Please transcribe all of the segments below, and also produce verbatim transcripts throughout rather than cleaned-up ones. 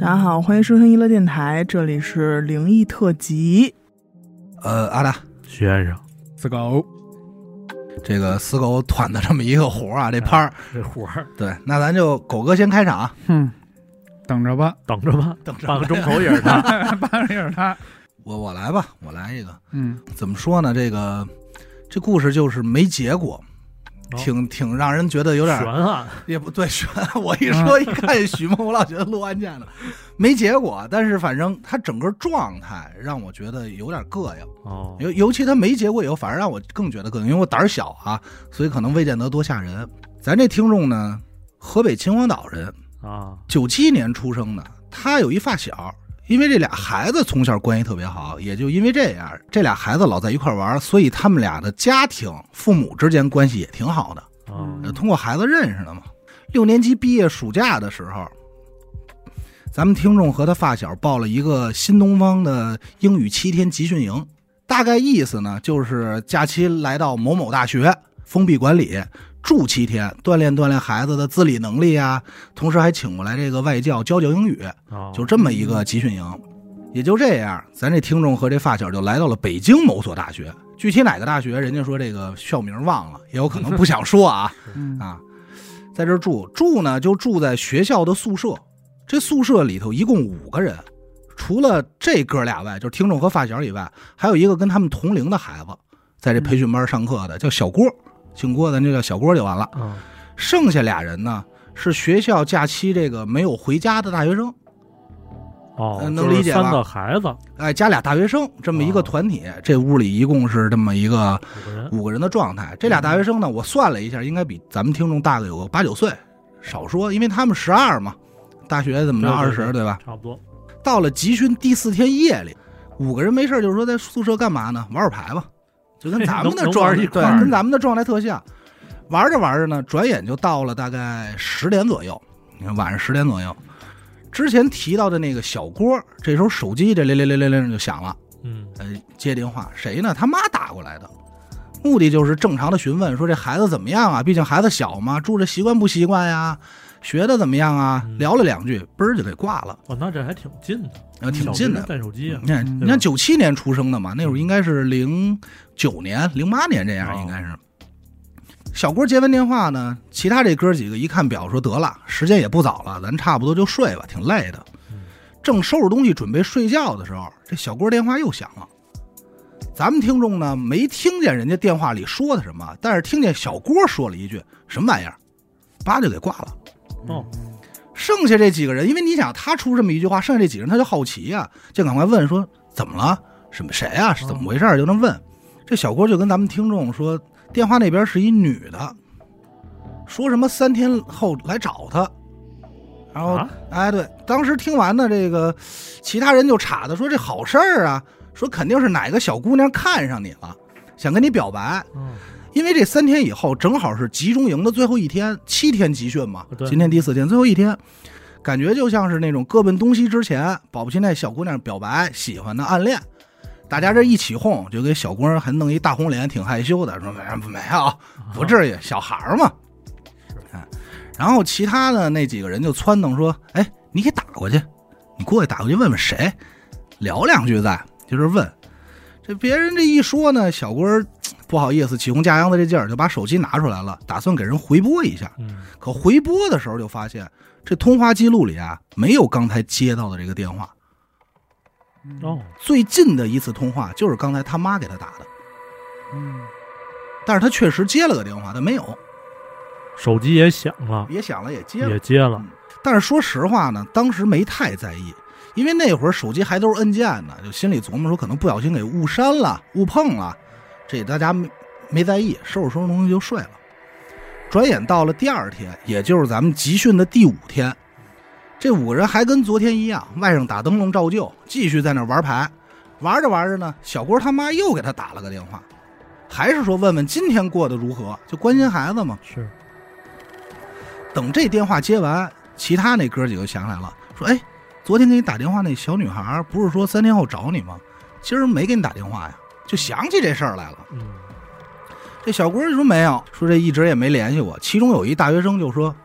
大家好，欢迎收听娱乐电台，这里是灵异特辑。 呃，阿达徐先生， 死狗， 这个死狗团的这么一个活啊，这拍儿、 哎，这活儿， 对，那咱就狗哥先开场， 哼，等着吧， 等着吧， 等着半个钟头也是他， 半个也是他。 我我来吧，我来一个。 嗯， 怎么说呢？这个这故事就是没结果。挺挺让人觉得有点悬案， 也不对悬。我一说一看许梦，我老觉得录案件了，没结果。但是反正他整个状态让我觉得有点膈应哦， 尤尤其他没结果以后，反而让我更觉得膈应，因为我胆小啊，所以可能未见得多吓人。咱这听众呢，河北秦皇岛人啊， 九七年出生的，他有一发小。因为这俩孩子从小关系特别好，也就因为这样，这俩孩子老在一块玩，所以他们俩的家庭父母之间关系也挺好的。 嗯， 通过孩子认识的嘛。六年级毕业暑假的时候，咱们听众和他发小报了一个新东方的英语七天集训营，大概意思呢就是假期来到某某大学封闭管理住七天，锻炼锻炼孩子的自理能力啊，同时还请过来这个外教教教英语，就这么一个集训营。也就这样，咱这听众和这发小就来到了北京某所大学，具体哪个大学人家说这个校名忘了，也有可能不想说啊啊，在这住住呢就住在学校的宿舍，这宿舍里头一共五个人，除了这哥俩外，就是听众和发小以外，还有一个跟他们同龄的孩子在这培训班上课的，叫小郭，姓郭咱就叫小郭就完了。 嗯， 剩下俩人呢是学校假期这个没有回家的大学生。 哦， 呃、能理解吧？ 三个孩子， 哎，加俩大学生，这么一个团体，哦、这屋里一共是这么一个五个人， 五个人的状态。这俩大学生呢，我算了一下，应该比咱们听众大个有个八九岁，少说，因为他们十二嘛，大学怎么着二十，对吧？ 差不多。 到了集训第四天夜里，五个人没事就是说在宿舍干嘛呢？玩会牌吧，就跟咱们的状态对，跟咱们的状态特像。玩着玩着呢，转眼就到了大概十点左右，你看晚上十点左右。之前提到的那个小郭，这时候手机这铃铃铃铃铃就响了， 嗯， 呃，接电话，谁呢？他妈打过来的，目的就是正常的询问，说这孩子怎么样啊？毕竟孩子小嘛，住着习惯不习惯呀？学的怎么样啊？ 嗯、 聊了两句，嘣儿就给挂了。 哦，那这还挺近的， 呃，挺近的。 带手机啊， 你看，你看九七年出生的嘛，那会儿应该是零九年、零八年这样，应该是。哦，小郭接完电话呢，其他这哥几个一看表说得了，时间也不早了，咱差不多就睡吧，挺累的。正收拾东西准备睡觉的时候，这小郭电话又响了。咱们听众呢没听见人家电话里说的什么，但是听见小郭说了一句什么玩意儿，叭就给挂了。 哦， 剩下这几个人，因为你想他出这么一句话，剩下这几个人他就好奇啊，就赶快问说怎么了？什么谁啊？是怎么回事？就能问。这小郭就跟咱们听众说。电话那边是一女的，说什么三天后来找他，然后、啊、哎对，当时听完呢，这个其他人就插的说这好事儿啊，说肯定是哪个小姑娘看上你了，想跟你表白。嗯，因为这三天以后正好是集中营的最后一天，七天集训嘛，今天第四天，最后一天，感觉就像是那种各奔东西之前，保不齐那小姑娘表白喜欢的暗恋。大家这一起哄，就给小郭还弄一大红脸，挺害羞的，说没没有，不至于，小孩嘛。然后其他的那几个人就撺掇说：“哎，你给打过去，你过去打过去问问谁，聊两句再，就是问。”这别人这一说呢，小郭不好意思，起哄架秧的这劲儿，就把手机拿出来了，打算给人回拨一下。可回拨的时候就发现，这通话记录里啊，没有刚才接到的这个电话。 哦， 最近的一次通话就是刚才他妈给他打的，嗯，但是他确实接了个电话，但没有， 手机也响了， 也响了，也接了， 也接了、 嗯。但是说实话呢，当时没太在意，因为那会儿手机还都是按键呢，就心里琢磨说可能不小心给误删了、误碰了，这大家没没在意，收拾收拾东西就睡了。转眼到了第二天，也就是咱们集训的第五天。这五个人还跟昨天一样，外甥打灯笼照旧，继续在那玩牌。玩着玩着呢，小郭他妈又给他打了个电话，还是说问问今天过得如何，就关心孩子嘛。 是。 等这电话接完，其他那哥几个想起来了，说：“哎，昨天给你打电话那小女孩，不是说三天后找你吗？今儿没给你打电话呀？”就想起这事儿来了。 嗯。 这小郭就说没有，说这一直也没联系我。其中有一大学生就说：“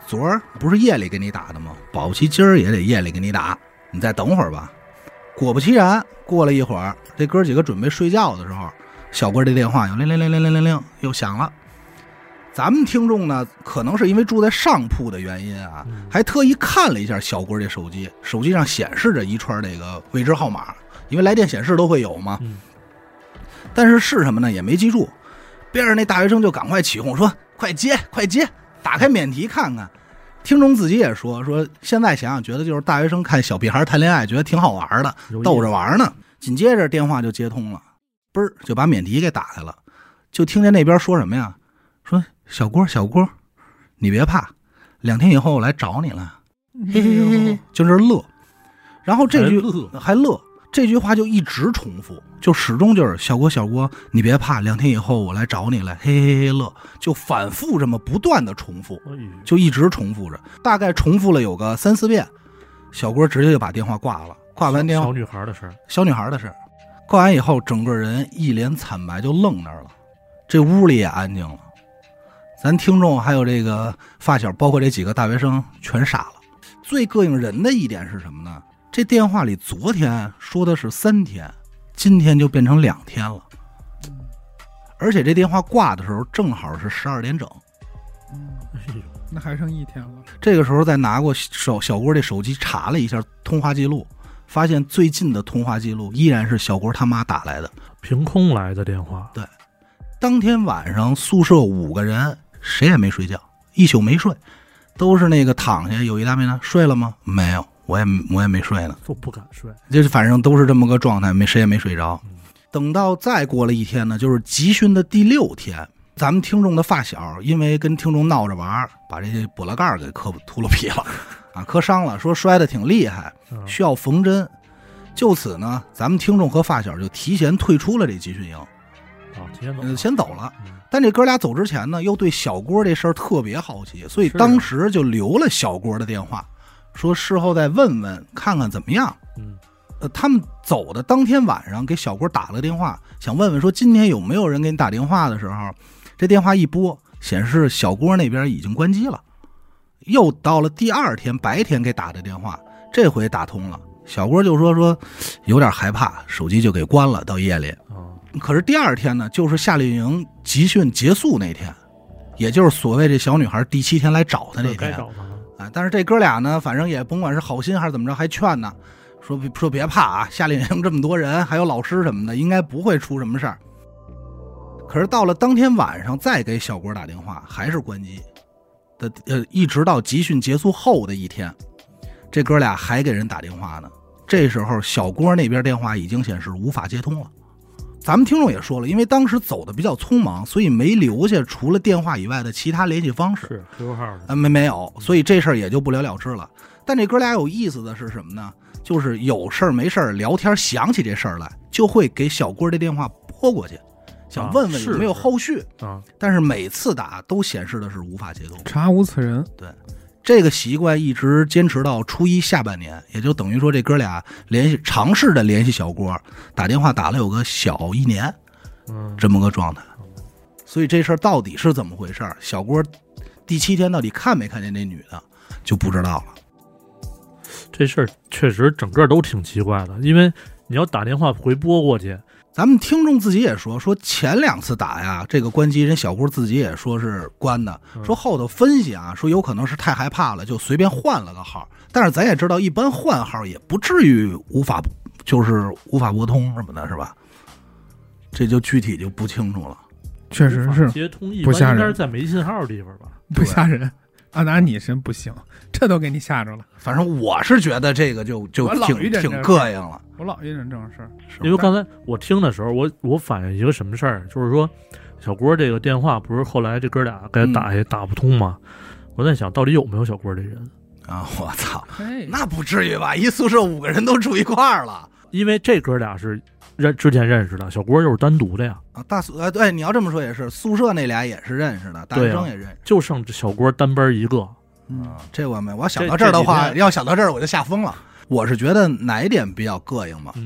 昨儿不是夜里给你打的吗？保不齐今儿也得夜里给你打，你再等会儿吧。果不其然，过了一会儿，这哥几个准备睡觉的时候，小郭这电话又铃铃铃铃铃铃铃又响了。咱们听众呢，可能是因为住在上铺的原因啊，还特意看了一下小郭这手机，手机上显示着一串这个未知号码，因为来电显示都会有嘛。 嗯、 但是是什么呢？也没记住。边上那大学生就赶快起哄说：“快接，快接！打开免提看看。”听众自己也说说，现在想想觉得就是大学生看小屁孩谈恋爱，觉得挺好玩的，逗着玩呢。紧接着电话就接通了，嘣儿就把免提给打开了，就听见那边说什么呀？说小郭，小郭，你别怕，两天以后我来找你了，嘿嘿嘿嘿，就是乐。然后这句还乐， 还乐，这句话就一直重复，就始终就是小郭，小郭，你别怕，两天以后我来找你来，嘿嘿嘿乐，就反复这么不断的重复，就一直重复着，大概重复了有个三四遍，小郭直接就把电话挂了。挂完电话， 小女孩的事儿， 小女孩的事儿，挂完以后，整个人一脸惨白，就愣那儿了。这屋里也安静了。咱听众还有这个发小，包括这几个大学生全傻了。最膈应人的一点是什么呢？这电话里昨天说的是三天，今天就变成两天了。而且这电话挂的时候正好是十二点整。 哎呦，那还剩一天了。 这个时候再拿过手小郭这手机查了一下通话记录，发现最近的通话记录依然是小郭他妈打来的， 凭空来的电话。 对，当天晚上宿舍五个人谁也没睡觉，一宿没睡，都是那个躺下。有一大妹呢，睡了吗？没有，我也我也没睡呢， 都不敢睡， 就是反正都是这么个状态，没谁也没睡着。嗯、等到再过了一天呢，就是集训的第六天，咱们听众的发小因为跟听众闹着玩，把这些补拉盖给磕秃噜皮了啊，磕伤了，说摔得挺厉害，需要缝针。就此呢，咱们听众和发小就提前退出了这集训营。 啊，提前走了、 呃，先走了。但这哥俩走之前呢，又对小郭这事儿特别好奇，所以当时就留了小郭的电话，说事后再问问看看怎么样。 嗯， 呃，他们走的当天晚上给小郭打了电话，想问问说今天有没有人给你打电话的时候，这电话一拨，显示小郭那边已经关机了。又到了第二天白天给打的电话，这回打通了，小郭就说说有点害怕，手机就给关了。到夜里。可是第二天呢，就是夏令营集训结束那天，也就是所谓这小女孩第七天来找他那天。 该找他了。 哎，但是这哥俩呢，反正也甭管是好心还是怎么着，还劝呢，说说别怕啊，夏令营这么多人，还有老师什么的，应该不会出什么事儿。可是到了当天晚上再给小郭打电话，还是关机的，呃，一直到集训结束后的一天，这哥俩还给人打电话呢。这时候小郭那边电话已经显示无法接通了。咱们听众也说了，因为当时走的比较匆忙，所以没留下除了电话以外的其他联系方式。 是 Q Q 号的， 呃，没没有，所以这事儿也就不了了之了。但这哥俩有意思的是什么呢？就是有事儿没事儿聊天，想起这事儿来，就会给小郭这电话拨过去，想问问有没有后续啊。 但是每次打都显示的是无法接通， 查无此人。 对。这个习惯一直坚持到初一下半年，也就等于说这哥俩联系尝试的联系小郭，打电话打了有个小一年， 嗯， 这么个状态。所以这事儿到底是怎么回事，小郭第七天到底看没看见这女的就不知道了。 这事儿确实整个都挺奇怪的，因为你要打电话回拨过去。 咱们听众自己也说，说前两次打呀，这个关机人小郭自己也说是关的，说后头分析啊，说有可能是太害怕了，就随便换了个号。但是咱也知道，一般换号也不至于无法，就是无法拨通什么的，是吧？这就具体就不清楚了。 确实是接通一般应该是在没信号的地方吧？ 不吓人。啊，那你真不行，这都给你吓着了。 反正我是觉得这个就就挺挺膈应了。 我老遇见这种事儿， 因为刚才我听的时候，我我反映一个什么事儿，就是说小郭这个电话不是后来这哥俩该打也打不通吗？嗯、我在想到底有没有小郭这人啊？我操，那不至于吧？一宿舍五个人都住一块儿了， 因为这哥俩是认之前认识的，小郭就是单独的呀。 啊，大宿呃，对，你要这么说也是，宿舍那俩也是认识的，大学生也认识， 啊、就剩小郭单班一个。 嗯，这我没，我要想到这儿的话，要想到这儿我就吓疯了。我是觉得哪一点比较膈应嘛？ 嗯，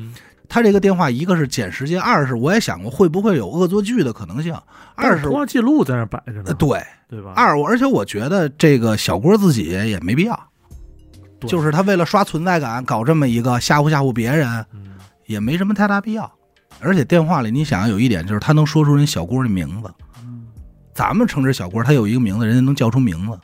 他这个电话一个是减时间，二是我也想过会不会有恶作剧的可能性，二是通话记录在那摆着呢， 呃对对吧？ 二我而且我觉得这个小郭自己也没必要，就是他为了刷存在感搞这么一个吓唬吓唬别人， 嗯， 也没什么太大必要。而且电话里你想有一点就是他能说出人小郭的名字， 嗯咱们称之小郭，他有一个名字，人家能叫出名字。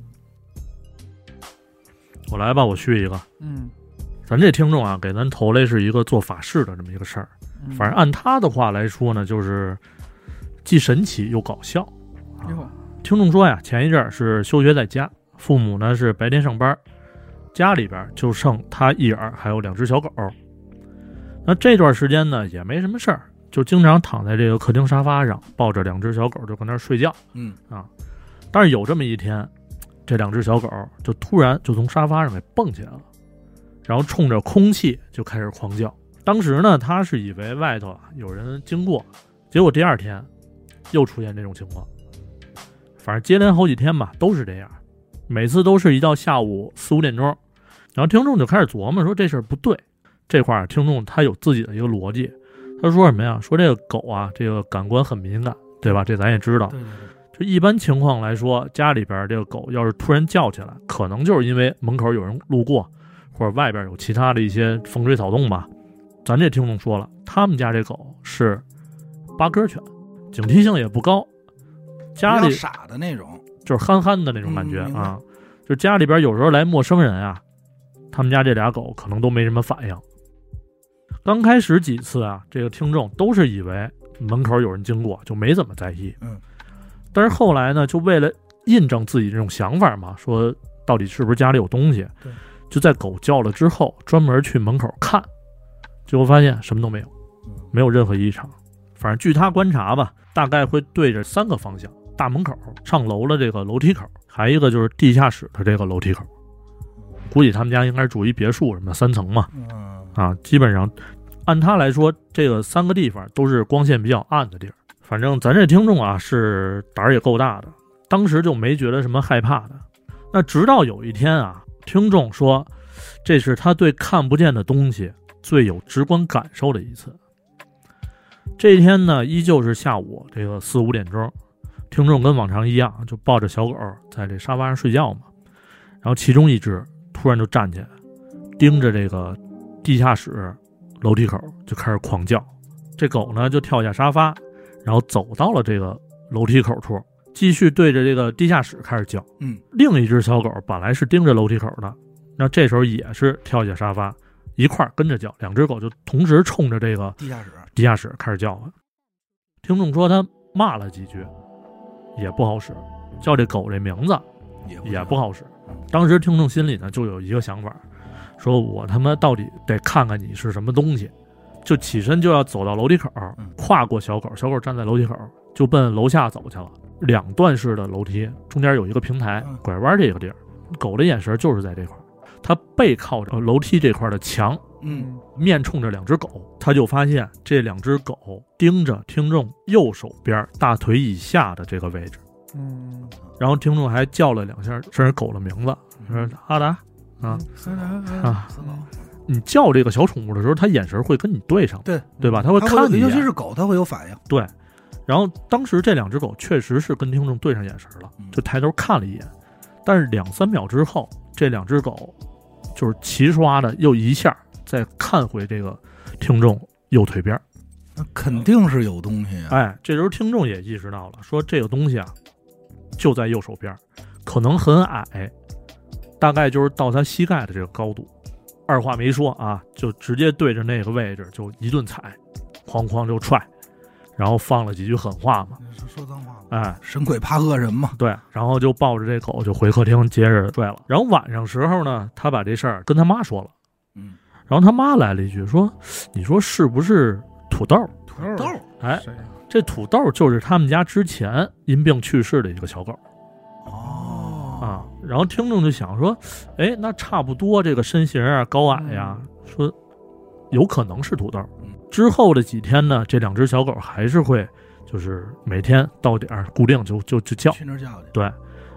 我来吧，我续一个。 嗯， 咱这听众啊，给咱投来是一个做法事的这么一个事儿。 嗯反正按他的话来说呢，就是既神奇又搞笑。 哟， 听众说呀，前一阵儿是休学在家，父母呢是白天上班，家里边就剩他一人还有两只小狗。那这段时间呢也没什么事儿，就经常躺在这个客厅沙发上，抱着两只小狗就搁那儿睡觉。 嗯啊，但是有这么一天，这两只小狗就突然就从沙发上给蹦起来了，然后冲着空气就开始狂叫。当时呢，他是以为外头啊有人经过，结果第二天又出现这种情况。反正接连好几天吧，都是这样，每次都是一到下午四五点钟，然后听众就开始琢磨说这事儿不对。这块儿听众他有自己的一个逻辑，他说什么呀？说这个狗啊，这个感官很敏感，对吧？这咱也知道。 对对对， 就一般情况来说，家里边这个狗要是突然叫起来，可能就是因为门口有人路过，或者外边有其他的一些风吹草动吧。咱这听众说了，他们家这狗是八哥犬，警惕性也不高，家里比较傻的那种， 就是憨憨的那种感觉、 嗯、 啊。就家里边有时候来陌生人啊，他们家这俩狗可能都没什么反应。刚开始几次啊，这个听众都是以为门口有人经过，就没怎么在意。 嗯， 但是后来呢，就为了印证自己这种想法嘛，说到底是不是家里有东西， 对， 就在狗叫了之后，专门去门口看，结果发现什么都没有，没有任何异常。反正据他观察吧，大概会对着三个方向：大门口、上楼的这个楼梯口，还一个就是地下室的这个楼梯口。估计他们家应该是住一别墅什么三层嘛， 嗯啊，基本上按他来说，这个三个地方都是光线比较暗的地儿。反正咱这听众啊是胆儿也够大的，当时就没觉得什么害怕的。那直到有一天啊，听众说这是他对看不见的东西最有直观感受的一次。这一天呢，依旧是下午这个四五点钟，听众跟往常一样，就抱着小狗在这沙发上睡觉嘛。然后其中一只突然就站起来，盯着这个地下室楼梯口就开始狂叫。这狗呢就跳下沙发，然后走到了这个楼梯口处，继续对着这个地下室开始叫。 嗯， 另一只小狗本来是盯着楼梯口的，那这时候也是跳下沙发，一块儿跟着叫。两只狗就同时冲着这个地下室地下室开始叫唤。听众说他骂了几句，也不好使，叫这狗这名字也也不好使。当时听众心里呢就有一个想法，说我他妈到底得看看你是什么东西，就起身就要走到楼梯口，跨过小狗，小狗站在楼梯口，就奔楼下走去了。两段式的楼梯，中间有一个平台，拐弯这个地儿，狗的眼神就是在这块，它背靠着楼梯这块的墙， 嗯， 面冲着两只狗，他就发现这两只狗盯着听众右手边大腿以下的这个位置。 嗯， 然后听众还叫了两下这是狗的名字，说阿达啊啊！你叫这个小宠物的时候，它眼神会跟你对上， 对对吧？它会看你， 尤其是狗，它会有反应。 对。然后当时这两只狗确实是跟听众对上眼神了，就抬头看了一眼，但是两三秒之后，这两只狗就是齐刷的又一下再看回这个听众右腿边。 那肯定是有东西啊！ 哎，这时候听众也意识到了，说这个东西啊就在右手边，可能很矮，大概就是到他膝盖的这个高度。二话没说啊，就直接对着那个位置就一顿踩，哐哐就踹，然后放了几句狠话嘛， 说脏话， 哎， 神鬼怕恶人嘛。 对，然后就抱着这狗就回客厅接着睡了。然后晚上时候呢，他把这事儿跟他妈说了， 嗯， 然后他妈来了一句说：“你说是不是土豆？” 土豆， 哎，这土豆就是他们家之前因病去世的一个小狗。 哦啊，然后听众就想说，哎，那差不多这个身形啊、高矮呀、嗯，说有可能是土豆。之后的几天呢，这两只小狗还是会，就是每天到点儿固定就就就叫， 去那儿叫去。 对，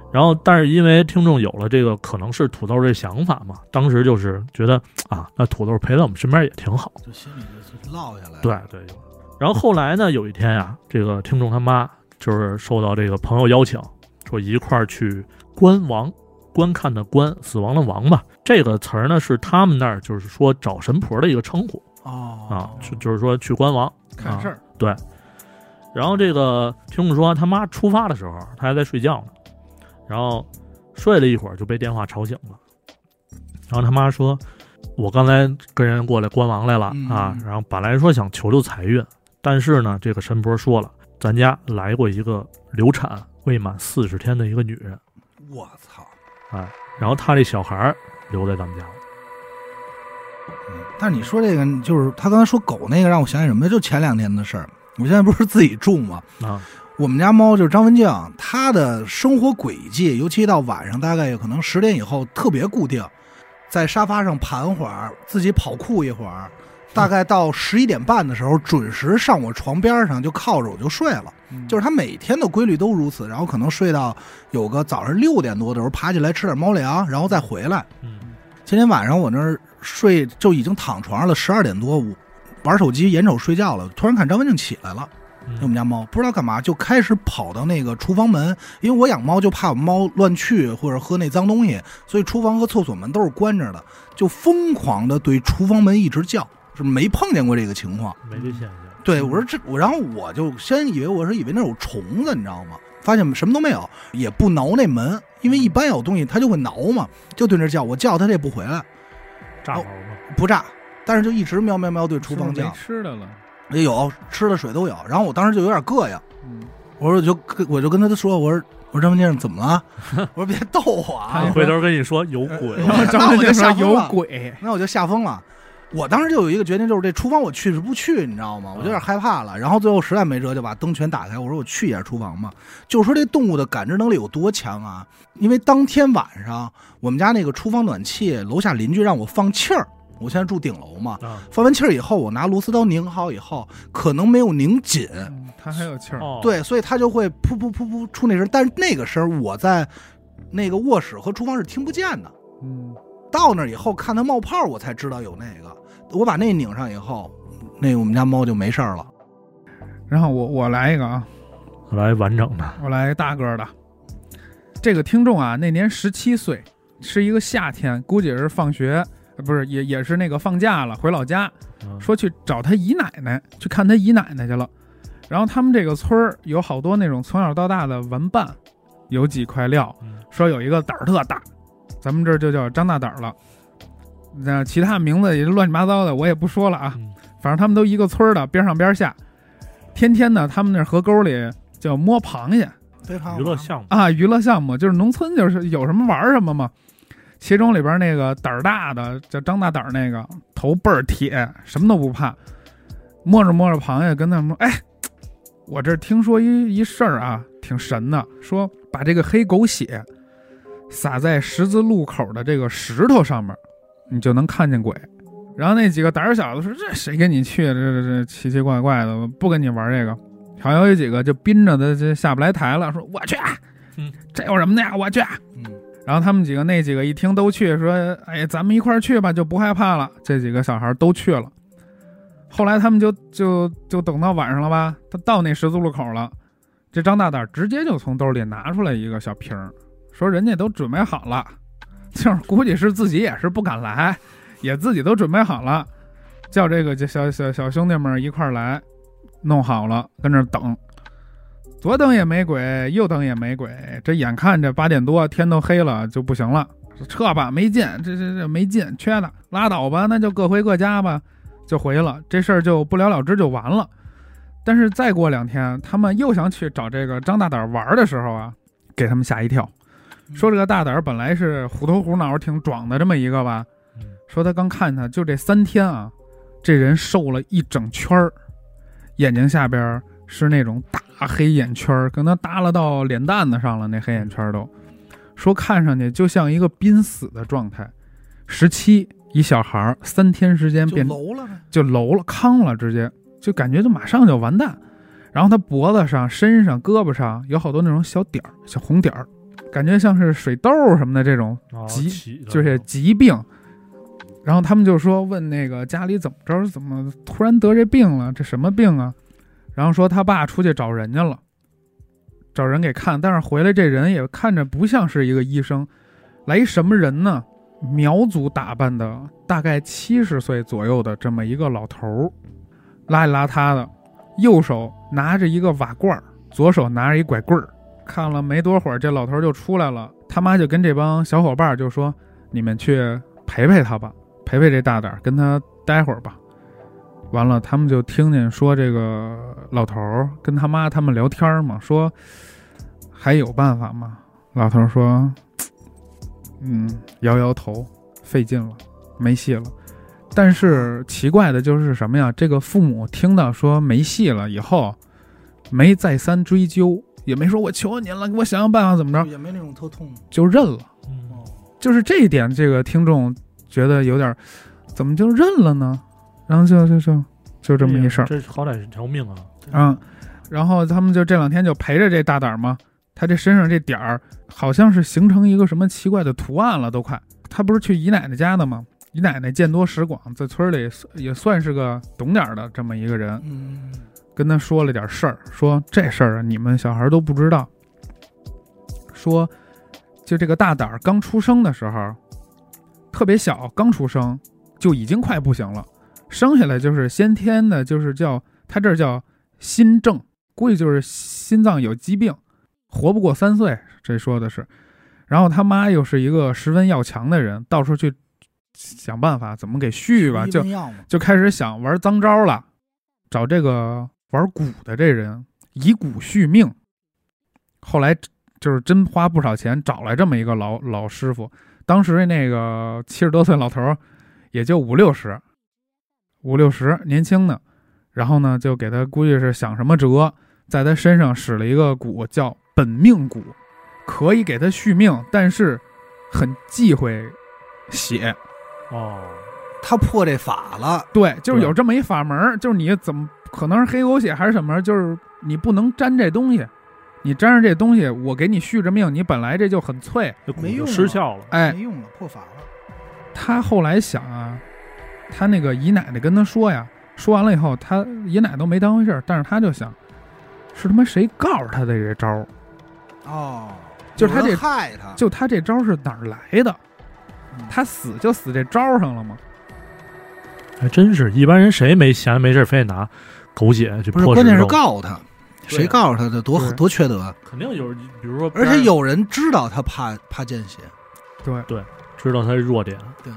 然后，但是因为听众有了这个可能是土豆这想法嘛，当时就是觉得啊，那土豆陪在我们身边也挺好， 就心里就落下来了。 对对。然后后来呢，有一天呀、啊，这个听众他妈就是受到这个朋友邀请，说一块儿去观亡，观看的观，死亡的亡吧。这个词儿呢是他们那儿就是说找神婆的一个称呼哦啊，就就是说去观亡看事儿、 啊。对。然后这个听众说他妈出发的时候，他还在睡觉呢。然后睡了一会儿就被电话吵醒了，然后他妈说我刚才跟人过来观亡来了、嗯、啊，然后本来说想求求财运，但是呢这个神婆说了，咱家来过一个流产未满四十天的一个女人， 我操， 哎，然后他这小孩留在咱们家了。 嗯，但你说这个就是他刚才说狗那个让我想起什么，就前两天的事儿，我现在不是自己住吗？啊，我们家猫就是张文静，它的生活轨迹，尤其到晚上，大概有可能十点以后特别固定，在沙发上盘会儿，自己跑酷一会儿，大概到十一点半的时候，准时上我床边上就靠着我就睡了。就是它每天的规律都如此，然后可能睡到有个早上六点多的时候爬起来吃点猫粮，然后再回来。今天晚上我那儿睡就已经躺床上了，十二点多，玩手机眼瞅睡觉了，突然看张文静起来了。我们家猫不知道干嘛就开始跑到那个厨房门，因为我养猫就怕我们猫乱去或者喝那脏东西，所以厨房和厕所门都是关着的，就疯狂的对厨房门一直叫，是没碰见过这个情况， 没这现象。 对，我说这我，然后我就先以为我是以为那有虫子，你知道吗？发现什么都没有，也不挠那门，因为一般有东西它就会挠嘛，就对那叫，我叫它它也不回来， 炸毛吗？ 不炸，但是就一直喵喵喵对厨房叫， 没吃的了。 也有吃的水都有，然后我当时就有点膈应，嗯，我说就我就跟他说，我说我说张文静怎么了？我说别逗我啊！ 回头跟你说有鬼， 然后张文静说有鬼， 那我就吓疯了。我当时就有一个决定，就是这厨房我去是不去，你知道吗？我就有点害怕了。然后最后实在没辙，就把灯全打开。我说我去一下厨房嘛。就说这动物的感知能力有多强啊！因为当天晚上我们家那个厨房暖气，楼下邻居让我放气儿。我现在住顶楼嘛，放完气儿以后，我拿螺丝刀拧好以后，可能没有拧紧， 嗯、它还有气儿， 对，所以它就会噗噗噗噗出那声，但是那个声我在那个卧室和厨房是听不见的。嗯，到那以后看它冒泡，我才知道有那个。我把那拧上以后，那我们家猫就没事了。 然后我我来一个啊， 我来完整的， 我来一大个的。这个听众啊，那年十七岁，是一个夏天，估计是放学。不是也也是那个放假了，回老家，说去找他姨奶奶，去看他姨奶奶去了。然后他们这个村儿有好多那种从小到大的玩伴，有几块料，说有一个胆儿特大，咱们这儿就叫张大胆了。那其他名字也乱七八糟的，我也不说了啊。反正他们都一个村的，边上边下，天天呢，他们那河沟里叫摸螃蟹， 娱乐项目啊，娱乐项目就是农村就是有什么玩什么嘛。其中里边那个胆儿大的叫张大胆儿，那个头倍儿铁，什么都不怕。摸着摸着螃蟹，跟他们说：“哎，我这听说一一事儿啊，挺神的。说把这个黑狗血撒在十字路口的这个石头上面，你就能看见鬼。”然后那几个胆儿小的说：“这谁跟你去？这这这奇奇怪怪的，不跟你玩这个。”好像有几个就憋着的就下不来台了，说：“我去，嗯，这有什么的呀？我去。”嗯。然后他们几个那几个一听都去，说哎咱们一块儿去吧，就不害怕了。这几个小孩都去了。后来他们就就就等到晚上了吧，他到那十字路口了，这张大胆直接就从兜里拿出来一个小瓶，说人家都准备好了，就是估计是自己也是不敢来，也自己都准备好了，叫这个小小小兄弟们一块儿来，弄好了跟那等。左等也没鬼，右等也没鬼，这眼看着八点多天都黑了就不行了，撤吧，没劲，这这这没劲，缺的拉倒吧，那就各回各家吧，就回了，这事儿就不了了之就完了。但是再过两天，他们又想去找这个张大胆玩的时候啊，给他们吓一跳，说这个大胆本来是虎头虎脑挺壮的这么一个吧，说他刚看他就这三天啊，这人瘦了一整圈儿，眼睛下边是那种大黑眼圈，可能耷拉到脸蛋子上了，那黑眼圈都说看上去就像一个濒死的状态。十七一小孩三天时间变就楼了， 就楼了康了，直接就感觉就马上就完蛋。然后他脖子上身上胳膊上有好多那种小点儿小红点儿， 感觉像是水痘什么的这种哦疾， 起的就是疾病。然后他们就说问那个家里怎么着，怎么突然得这病了？这什么病啊？然后说他爸出去找人家了，找人给看，但是回来这人也看着不像是一个医生，来一什么人呢？苗族打扮的，大概七十岁左右的这么一个老头，邋里邋遢的，右手拿着一个瓦罐，左手拿着一拐棍儿。看了没多会儿，这老头就出来了，他妈就跟这帮小伙伴就说：“你们去陪陪他吧，陪陪这大胆，跟他待会儿吧。”完了，他们就听见说这个老头跟他妈他们聊天嘛，说还有办法吗？老头说：“嗯，摇摇头，费劲了，没戏了。”但是奇怪的就是什么呀？这个父母听到说没戏了以后，没再三追究，也没说我求您了，给我想想办法怎么着， 也没那种特痛， 就认了。 嗯， 就是这一点，这个听众觉得有点，怎么就认了呢？然后就就就就这么一事儿， 这好歹是条命啊。 嗯，然后他们就这两天就陪着这大胆嘛，他这身上这点儿好像是形成一个什么奇怪的图案了，都快。他不是去姨奶奶家的吗？姨奶奶见多识广，在村里也算是个懂点的这么一个人。 嗯， 跟他说了点事儿，说这事儿啊，你们小孩都不知道。说就这个大胆刚出生的时候，特别小，刚出生就已经快不行了。生下来就是先天的，就是叫他这叫心症，估计就是心脏有疾病，活不过三岁，这说的是。然后他妈又是一个十分要强的人，到处去想办法怎么给续吧，就就开始想玩脏招了，找这个玩蛊的这人以蛊续命。后来就是真花不少钱找来这么一个老老师傅，当时那个七十多岁老头也就五六十。五六十年轻的，然后呢就给他估计是想什么辙，在他身上使了一个蛊叫本命蛊，可以给他续命，但是很忌讳血。 哦， 他破这法了。 对，就是有这么一法门，就是你怎么可能是黑狗血还是什么，就是你不能沾这东西，你沾上这东西我给你续着命，你本来这就很脆， 没用， 失效了。 哎， 没用了，破法了。 他后来想啊，他那个姨奶奶跟他说呀，说完了以后，他姨奶奶都没当回事，但是他就想，是他妈谁告诉他的这招？ 哦， 就是他这害他， 就他这招是哪儿来的？ 嗯、 他死就死这招上了吗？ 还真是，一般人谁没闲没事非得拿狗血去破石头。 不是，关键是告诉他，谁告诉他的多多缺德？ 肯定有，比如说， 而且有人知道他怕怕见血， 对对，知道他的弱点， 对。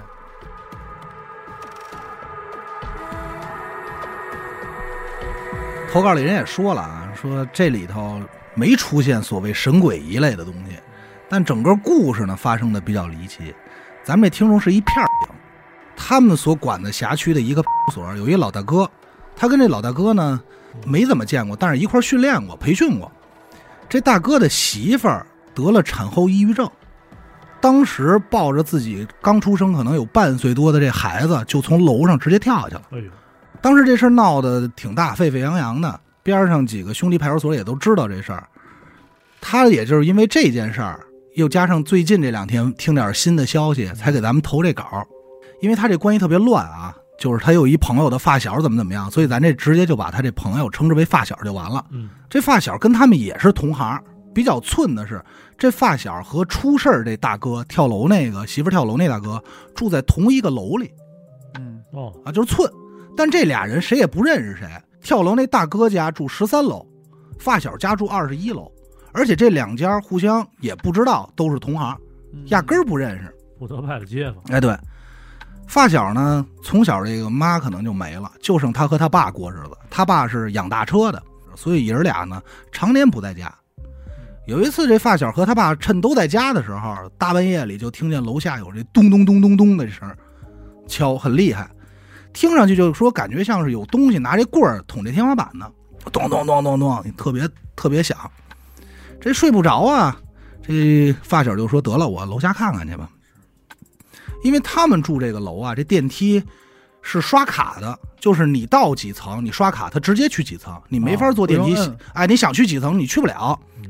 投稿里人也说了啊，说这里头没出现所谓神鬼一类的东西，但整个故事呢发生的比较离奇。咱们这听众是一片警，他们所管的辖区的一个所有一老大哥，他跟这老大哥呢没怎么见过，但是一块训练过、培训过。这大哥的媳妇儿得了产后抑郁症，当时抱着自己刚出生可能有半岁多的这孩子，就从楼上直接跳下去了。 哎呦！ 当时这事儿闹得挺大，沸沸扬扬的，边上几个兄弟派出所也都知道这事儿。他也就是因为这件事儿，又加上最近这两天听点新的消息，才给咱们投这稿。因为他这关系特别乱啊，就是他有一朋友的发小怎么怎么样，所以咱这直接就把他这朋友称之为发小就完了。 嗯， 这发小跟他们也是同行，比较寸的是，这发小和出事儿这大哥跳楼那个媳妇跳楼那大哥住在同一个楼里。 嗯， 哦啊，就是寸。但这俩人谁也不认识谁，跳楼那大哥家住十三楼，发小家住二十一楼，而且这两家互相也不知道都是同行，压根儿不认识， 不得派的街坊。 哎，对，发小呢从小这个妈可能就没了，就剩他和他爸过日子。他爸是养大车的，所以爷儿俩呢常年不在家。有一次这发小和他爸趁都在家的时候，大半夜里就听见楼下有这咚咚咚咚咚的声，敲很厉害。听上去就说感觉像是有东西拿这棍儿捅这天花板呢，咚咚咚咚咚，特别特别响。这睡不着啊，这发小就说得了，我楼下看看去吧。因为他们住这个楼啊，这电梯是刷卡的，就是你到几层你刷卡，它直接去几层，你没法坐电梯。哦、哎，你想去几层你去不了，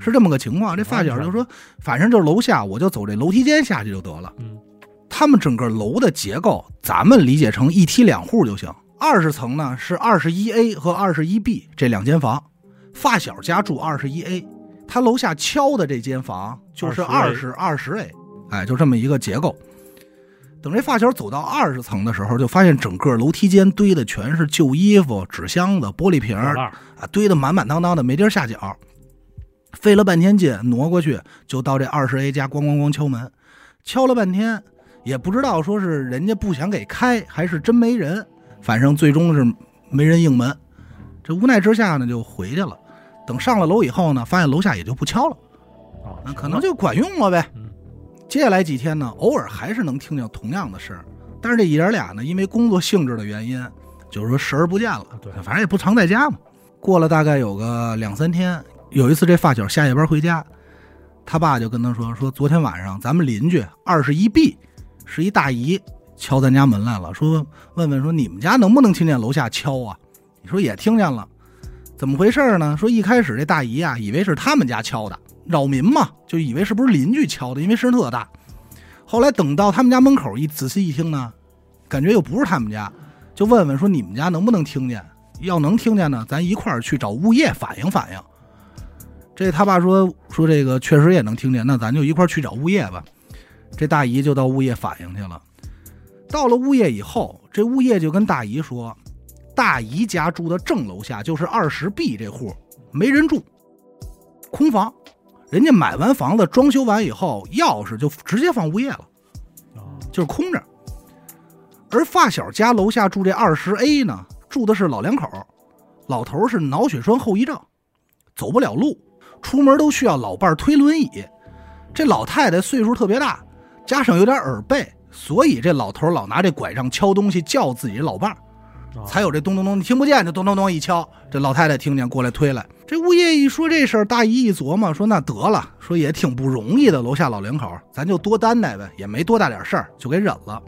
是这么个情况。这发小就说，反正就是楼下，我就走这楼梯间下去就得了。 嗯， 他们整个楼的结构，咱们理解成一梯两户就行。二十层呢是二十一 A 和二十一 B 这两间房，发小家住二十一 A， 他楼下敲的这间房就是二十二十 A， 哎，就这么一个结构。等这发小走到二十层的时候，就发现整个楼梯间堆的全是旧衣服、纸箱子、玻璃瓶啊，堆得满满当当的，没地儿下脚。费了半天劲挪过去，就到这二十 A 家，咣咣咣敲门，敲了半天，也不知道说是人家不想给开，还是真没人，反正最终是没人应门。这无奈之下呢，就回去了。等上了楼以后呢，发现楼下也就不敲了，那可能就管用了呗。接下来几天呢，偶尔还是能听见同样的事儿，但是这爷俩呢，因为工作性质的原因，就是说视而不见了。对，反正也不常在家嘛。过了大概有个两三天，有一次这发小下夜班回家，他爸就跟他说说昨天晚上咱们邻居二十一 B 是一大姨敲咱家门来了，说问问说你们家能不能听见楼下敲啊？你说也听见了，怎么回事呢？说一开始这大姨啊，以为是他们家敲的。扰民嘛，就以为是不是邻居敲的，因为声特大。后来等到他们家门口一仔细一听呢，感觉又不是他们家，就问问说你们家能不能听见？要能听见呢，咱一块儿去找物业反映反映。这他爸说说这个确实也能听见，那咱就一块儿去找物业吧。这大姨就到物业反映去了。到了物业以后，这物业就跟大姨说，大姨家住的正楼下就是二十 B 这户，没人住，空房。人家买完房子装修完以后，钥匙就直接放物业了，就是空着。而发小家楼下住这二十 A 呢，住的是老两口，老头是脑血栓后遗症，走不了路，出门都需要老伴推轮椅。这老太太岁数特别大，加上有点耳背，所以这老头老拿这拐杖敲东西叫自己的老伴，才有这咚咚咚，你听不见就咚咚咚一敲，这老太太听见过来推来。这物业一说这事儿，大姨一琢磨说那得了，说也挺不容易的，楼下老两口咱就多担待呗，也没多大点事儿，就给忍了。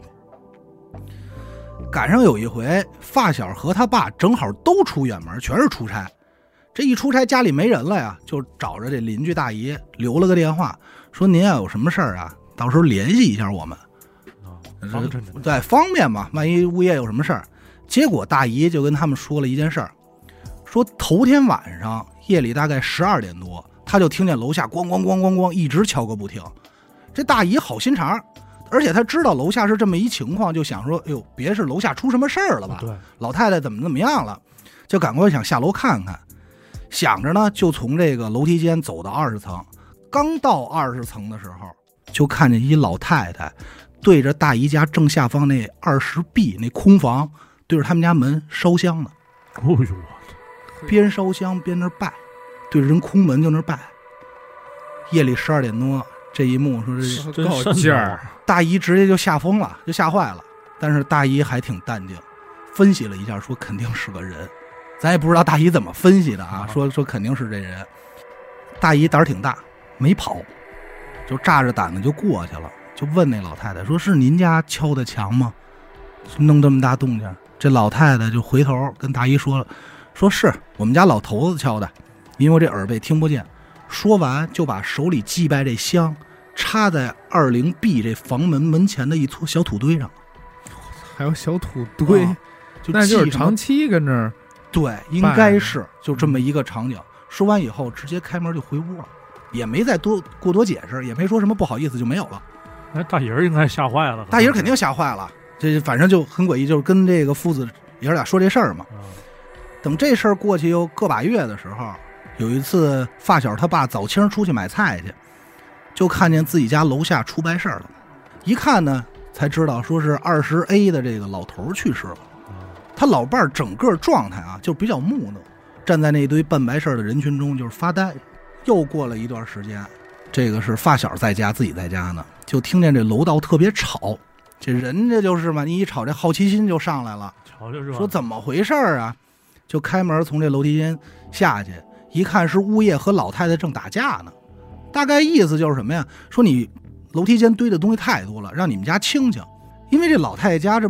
赶上有一回发小和他爸正好都出远门，全是出差，这一出差家里没人了呀，就找着这邻居大姨留了个电话，说您要有什么事儿啊，到时候联系一下我们， 方对，方便嘛，万一物业有什么事儿。结果大姨就跟他们说了一件事儿，说头天晚上夜里大概十二点多，他就听见楼下咣咣咣咣咣一直敲个不停。这大姨好心肠，而且他知道楼下是这么一情况，就想说哎呦别是楼下出什么事儿了吧，对，老太太怎么怎么样了，就赶快想下楼看看。想着呢就从这个楼梯间走到二十层，刚到二十层的时候，就看见一老太太对着大姨家正下方那二十 B 那空房，对着他们家门烧香呢。 哦呦， 边烧香边那拜，对着人空门就那拜。夜里十二点多，这一幕说这够劲儿， 大姨直接就吓疯了，就吓坏了。但是大姨还挺淡定，分析了一下，说肯定是个人。咱也不知道大姨怎么分析的啊，说说肯定是这人。大姨胆儿挺大，没跑，就炸着胆子就过去了，就问那老太太说：“是您家敲的墙吗？弄这么大动静？”这老太太就回头跟大姨说了，说是我们家老头子敲的，因为我这耳背听不见。说完就把手里祭拜这香插在二零 B 这房门门前的一撮小土堆上。 还有小土堆，哦、就那就是长期跟这儿。 对，应该是就这么一个场景。说完以后直接开门就回屋了，也没再多过多解释，也没说什么不好意思，就没有了。 哎，大爷应该吓坏了。 大爷肯定吓坏了。这反正就很诡异，就是跟这个父子爷俩说这事儿嘛。等这事儿过去又个把月的时候，有一次发小他爸早清出去买菜去，就看见自己家楼下出白事儿了。一看呢，才知道说是二十 A 的这个老头去世了。他老伴儿整个状态啊，就比较木讷，站在那堆办白事的人群中就是发呆。又过了一段时间，这个是发小在家，自己在家呢，就听见这楼道特别吵。这人家就是嘛，你一吵这好奇心就上来了，说怎么回事啊？就开门从这楼梯间下去，一看是物业和老太太正打架呢。大概意思就是什么呀？说你楼梯间堆的东西太多了，让你们家清清。因为这老太太家这不是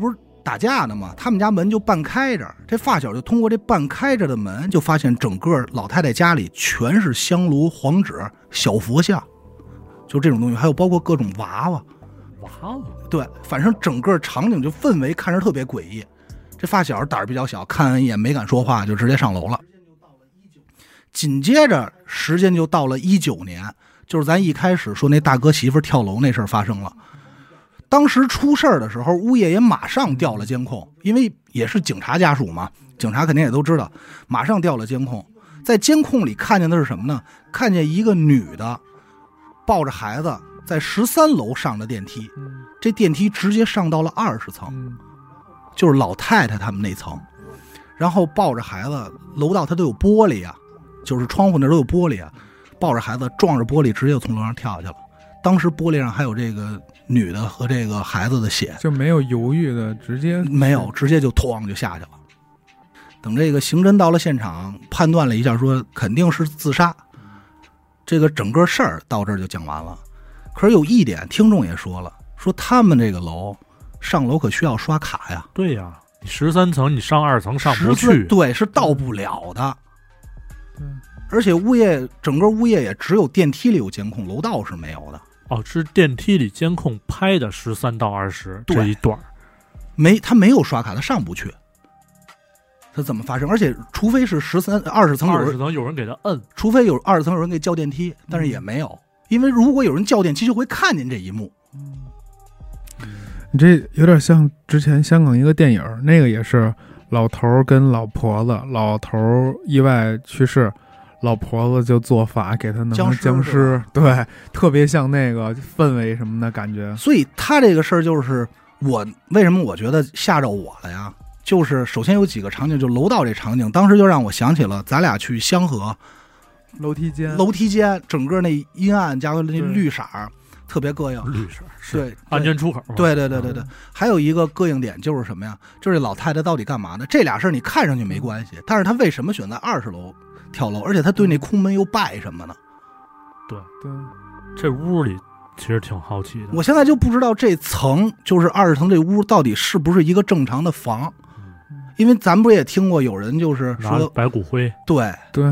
打架呢嘛，他们家门就半开着，这发小就通过这半开着的门，就发现整个老太太家里全是香炉、黄纸、小佛像，就这种东西，还有包括各种娃娃。 娃娃， 对，反正整个场景就氛围看着特别诡异。这发小胆儿比较小，看完一眼没敢说话，就直接上楼了。紧接着时间就到了一九年，就是咱一开始说那大哥媳妇跳楼那事儿发生了。当时出事儿的时候，物业也马上调了监控，因为也是警察家属嘛，警察肯定也都知道，马上调了监控。在监控里看见的是什么呢？看见一个女的抱着孩子在十三楼上的电梯，这电梯直接上到了二十层，就是老太太他们那层，然后抱着孩子，楼道它都有玻璃啊，就是窗户那都有玻璃啊，抱着孩子撞着玻璃直接就从楼上跳下去了。当时玻璃上还有这个女的和这个孩子的血， 就没有犹豫的，直接没有，直接就咣就下去了。等这个刑侦到了现场，判断了一下，说肯定是自杀。这个整个事儿到这儿就讲完了。可是有一点，听众也说了，说他们这个楼上楼可需要刷卡呀。 对呀，你十三层你上二层上不去， 对，是到不了的。 嗯， 而且物业整个物业也只有电梯里有监控，楼道是没有的。 哦，是电梯里监控拍的十三到二十这一段， 没他没有刷卡，他上不去。他怎么发生？而且除非是十三二十层有人， 二十层有人给他摁， 除非有二十层有人给叫电梯，但是也没有，因为如果有人叫电梯，就会看见这一幕。 你这有点像之前香港一个电影，那个也是老头跟老婆子，老头意外去世，老婆子就做法给他弄成僵尸，对，特别像那个氛围什么的感觉。 所以他这个事儿就是我为什么我觉得吓着我了呀？就是首先有几个场景，就楼道这场景，当时就让我想起了咱俩去香河楼梯间， 楼梯间整个那阴暗加上那绿色特别膈应， 绿色对安全出口。 对对对对对，还有一个膈应点就是什么呀？就是老太太到底干嘛呢？这俩事儿你看上去没关系，但是她为什么选在二十楼跳楼？而且她对那空门又拜什么呢？ 对对， 这屋里其实挺好奇的。 我现在就不知道这层就是二十层这屋到底是不是一个正常的房，因为咱不也听过有人就是说白骨灰， 对对，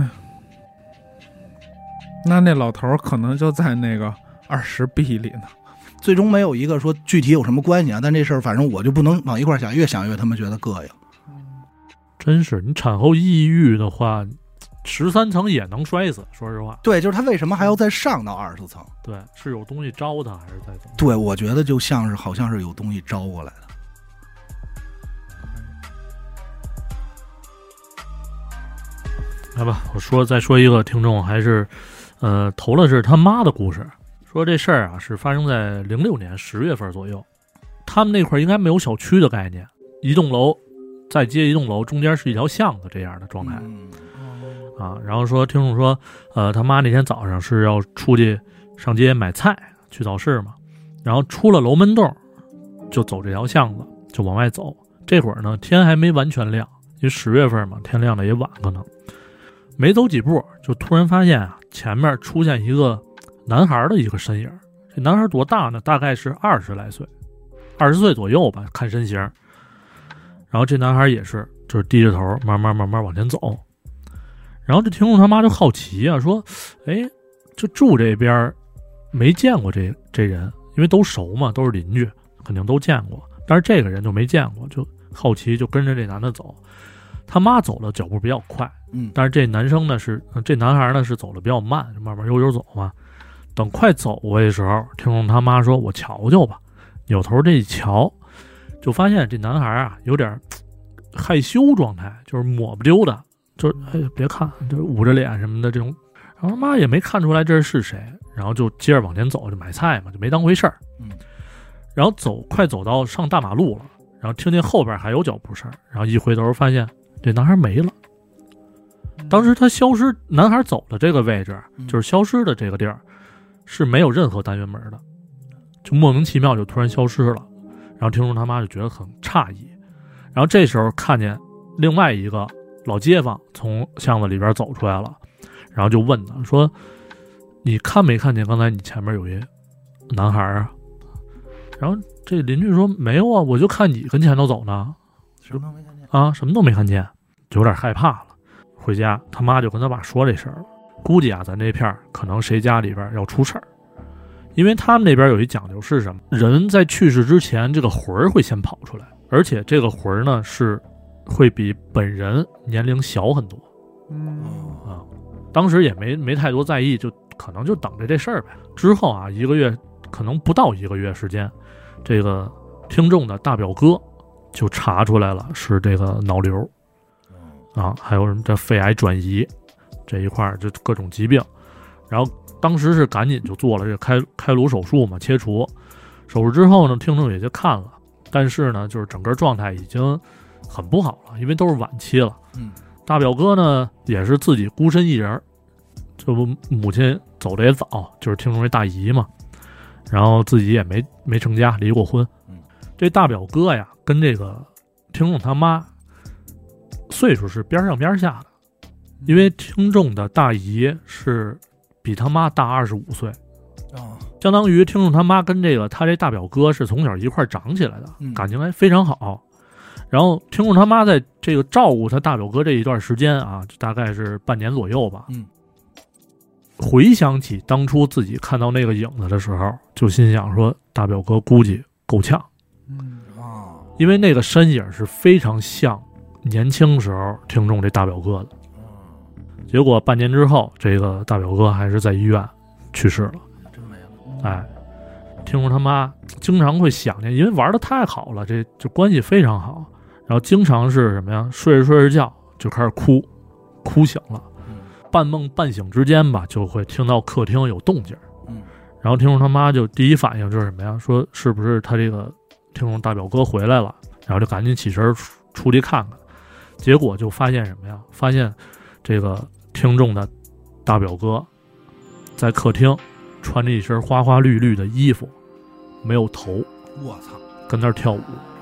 那那老头可能就在那个二十 B 里呢。 最终没有一个说具体有什么关系啊，但这事儿反正我就不能往一块想，越想越他们觉得膈应。 真是，你产后抑郁的话，十三层也能摔死。说实话， 对，就是他为什么还要再上到二十层？ 对，是有东西招他，还是在怎么？ 对，我觉得就像是好像是有东西招过来的。 来吧，我说再说一个听众还是，呃，投了是他妈的故事，说这事儿啊是发生在零六年十月份左右，他们那块儿应该没有小区的概念，一栋楼再接一栋楼，中间是一条巷子这样的状态， 嗯、 啊，然后说听众说，呃，他妈那天早上是要出去上街买菜去早市嘛，然后出了楼门洞，就走这条巷子就往外走，这会儿呢天还没完全亮，因为十月份嘛，天亮的也晚可能。没走几步，就突然发现啊，前面出现一个男孩的一个身影。这男孩多大呢？大概是二十来岁，二十岁左右吧，看身形。然后这男孩也是，就是低着头，慢慢慢慢往前走。然后这听众他妈就好奇啊，说：“哎，就住这边，没见过这这人，因为都熟嘛，都是邻居，肯定都见过。但是这个人就没见过，就好奇，就跟着这男的走。他妈走的脚步比较快。” 嗯， 但是这男生呢是这男孩呢是走的比较慢，慢慢悠悠走嘛。等快走过去的时候，听众他妈说：“我瞧瞧吧。”扭头这一瞧，就发现这男孩啊有点害羞状态，就是抹不溜的，就是哎别看，就捂着脸什么的这种。然后他妈也没看出来这是谁，然后就接着往前走，就买菜嘛，就没当回事儿。 嗯， 然后走快走到上大马路了，然后听见后边还有脚步声，然后一回头发现这男孩没了。当时他消失，男孩走的这个位置，就是消失的这个地儿，是没有任何单元门的，就莫名其妙就突然消失了。然后听众他妈就觉得很诧异，然后这时候看见另外一个老街坊从巷子里边走出来了，然后就问他说：“你看没看见刚才你前面有一男孩啊？” 然后这邻居说没有啊，我就看你跟前头走呢， 什么都没看见啊，什么都没看见，就有点害怕了。回家他妈就跟他爸说这事儿了，估计啊咱这片儿可能谁家里边要出事儿，因为他们那边有一讲究是什么，人在去世之前这个魂儿会先跑出来，而且这个魂儿呢是会比本人年龄小很多。 嗯啊，当时也没没太多在意，就可能就等着这事儿呗。之后啊，一个月可能不到一个月时间，这个听众的大表哥就查出来了是这个脑瘤啊，还有什么这肺癌转移这一块儿，就各种疾病。然后当时是赶紧就做了这个开开颅手术嘛，切除。手术之后呢，听众也就看了，但是呢，就是整个状态已经很不好了，因为都是晚期了。 嗯。 大表哥呢也是自己孤身一人，这不母亲走的也早，就是听众这大姨嘛，然后自己也没没成家，离过婚。 嗯， 这大表哥呀跟这个听众他妈岁数是边上边下的，因为听众的大姨是比他妈大二十五岁， 哦， 相当于听众他妈跟这个他这大表哥是从小一块长起来的， 嗯、 感情还非常好。然后听众他妈在这个照顾他大表哥这一段时间啊，大概是半年左右吧。 嗯， 回想起当初自己看到那个影子的时候，就心想说大表哥估计够呛。 嗯啊， 因为那个身影是非常像年轻时候听众这大表哥的。结果半年之后，这个大表哥还是在医院去世了。 真没了。 哎，听众他妈经常会想念，因为玩的太好了，这这关系非常好。然后经常是什么呀？睡着睡着觉就开始哭，哭醒了，半梦半醒之间吧，就会听到客厅有动静。 嗯， 然后听众他妈就第一反应就是什么呀？说是不是他这个听众大表哥回来了？然后就赶紧起身出去看看。结果就发现什么呀？发现这个听众的大表哥在客厅穿着一身花花绿绿的衣服，没有头， 我操， 跟那儿跳舞。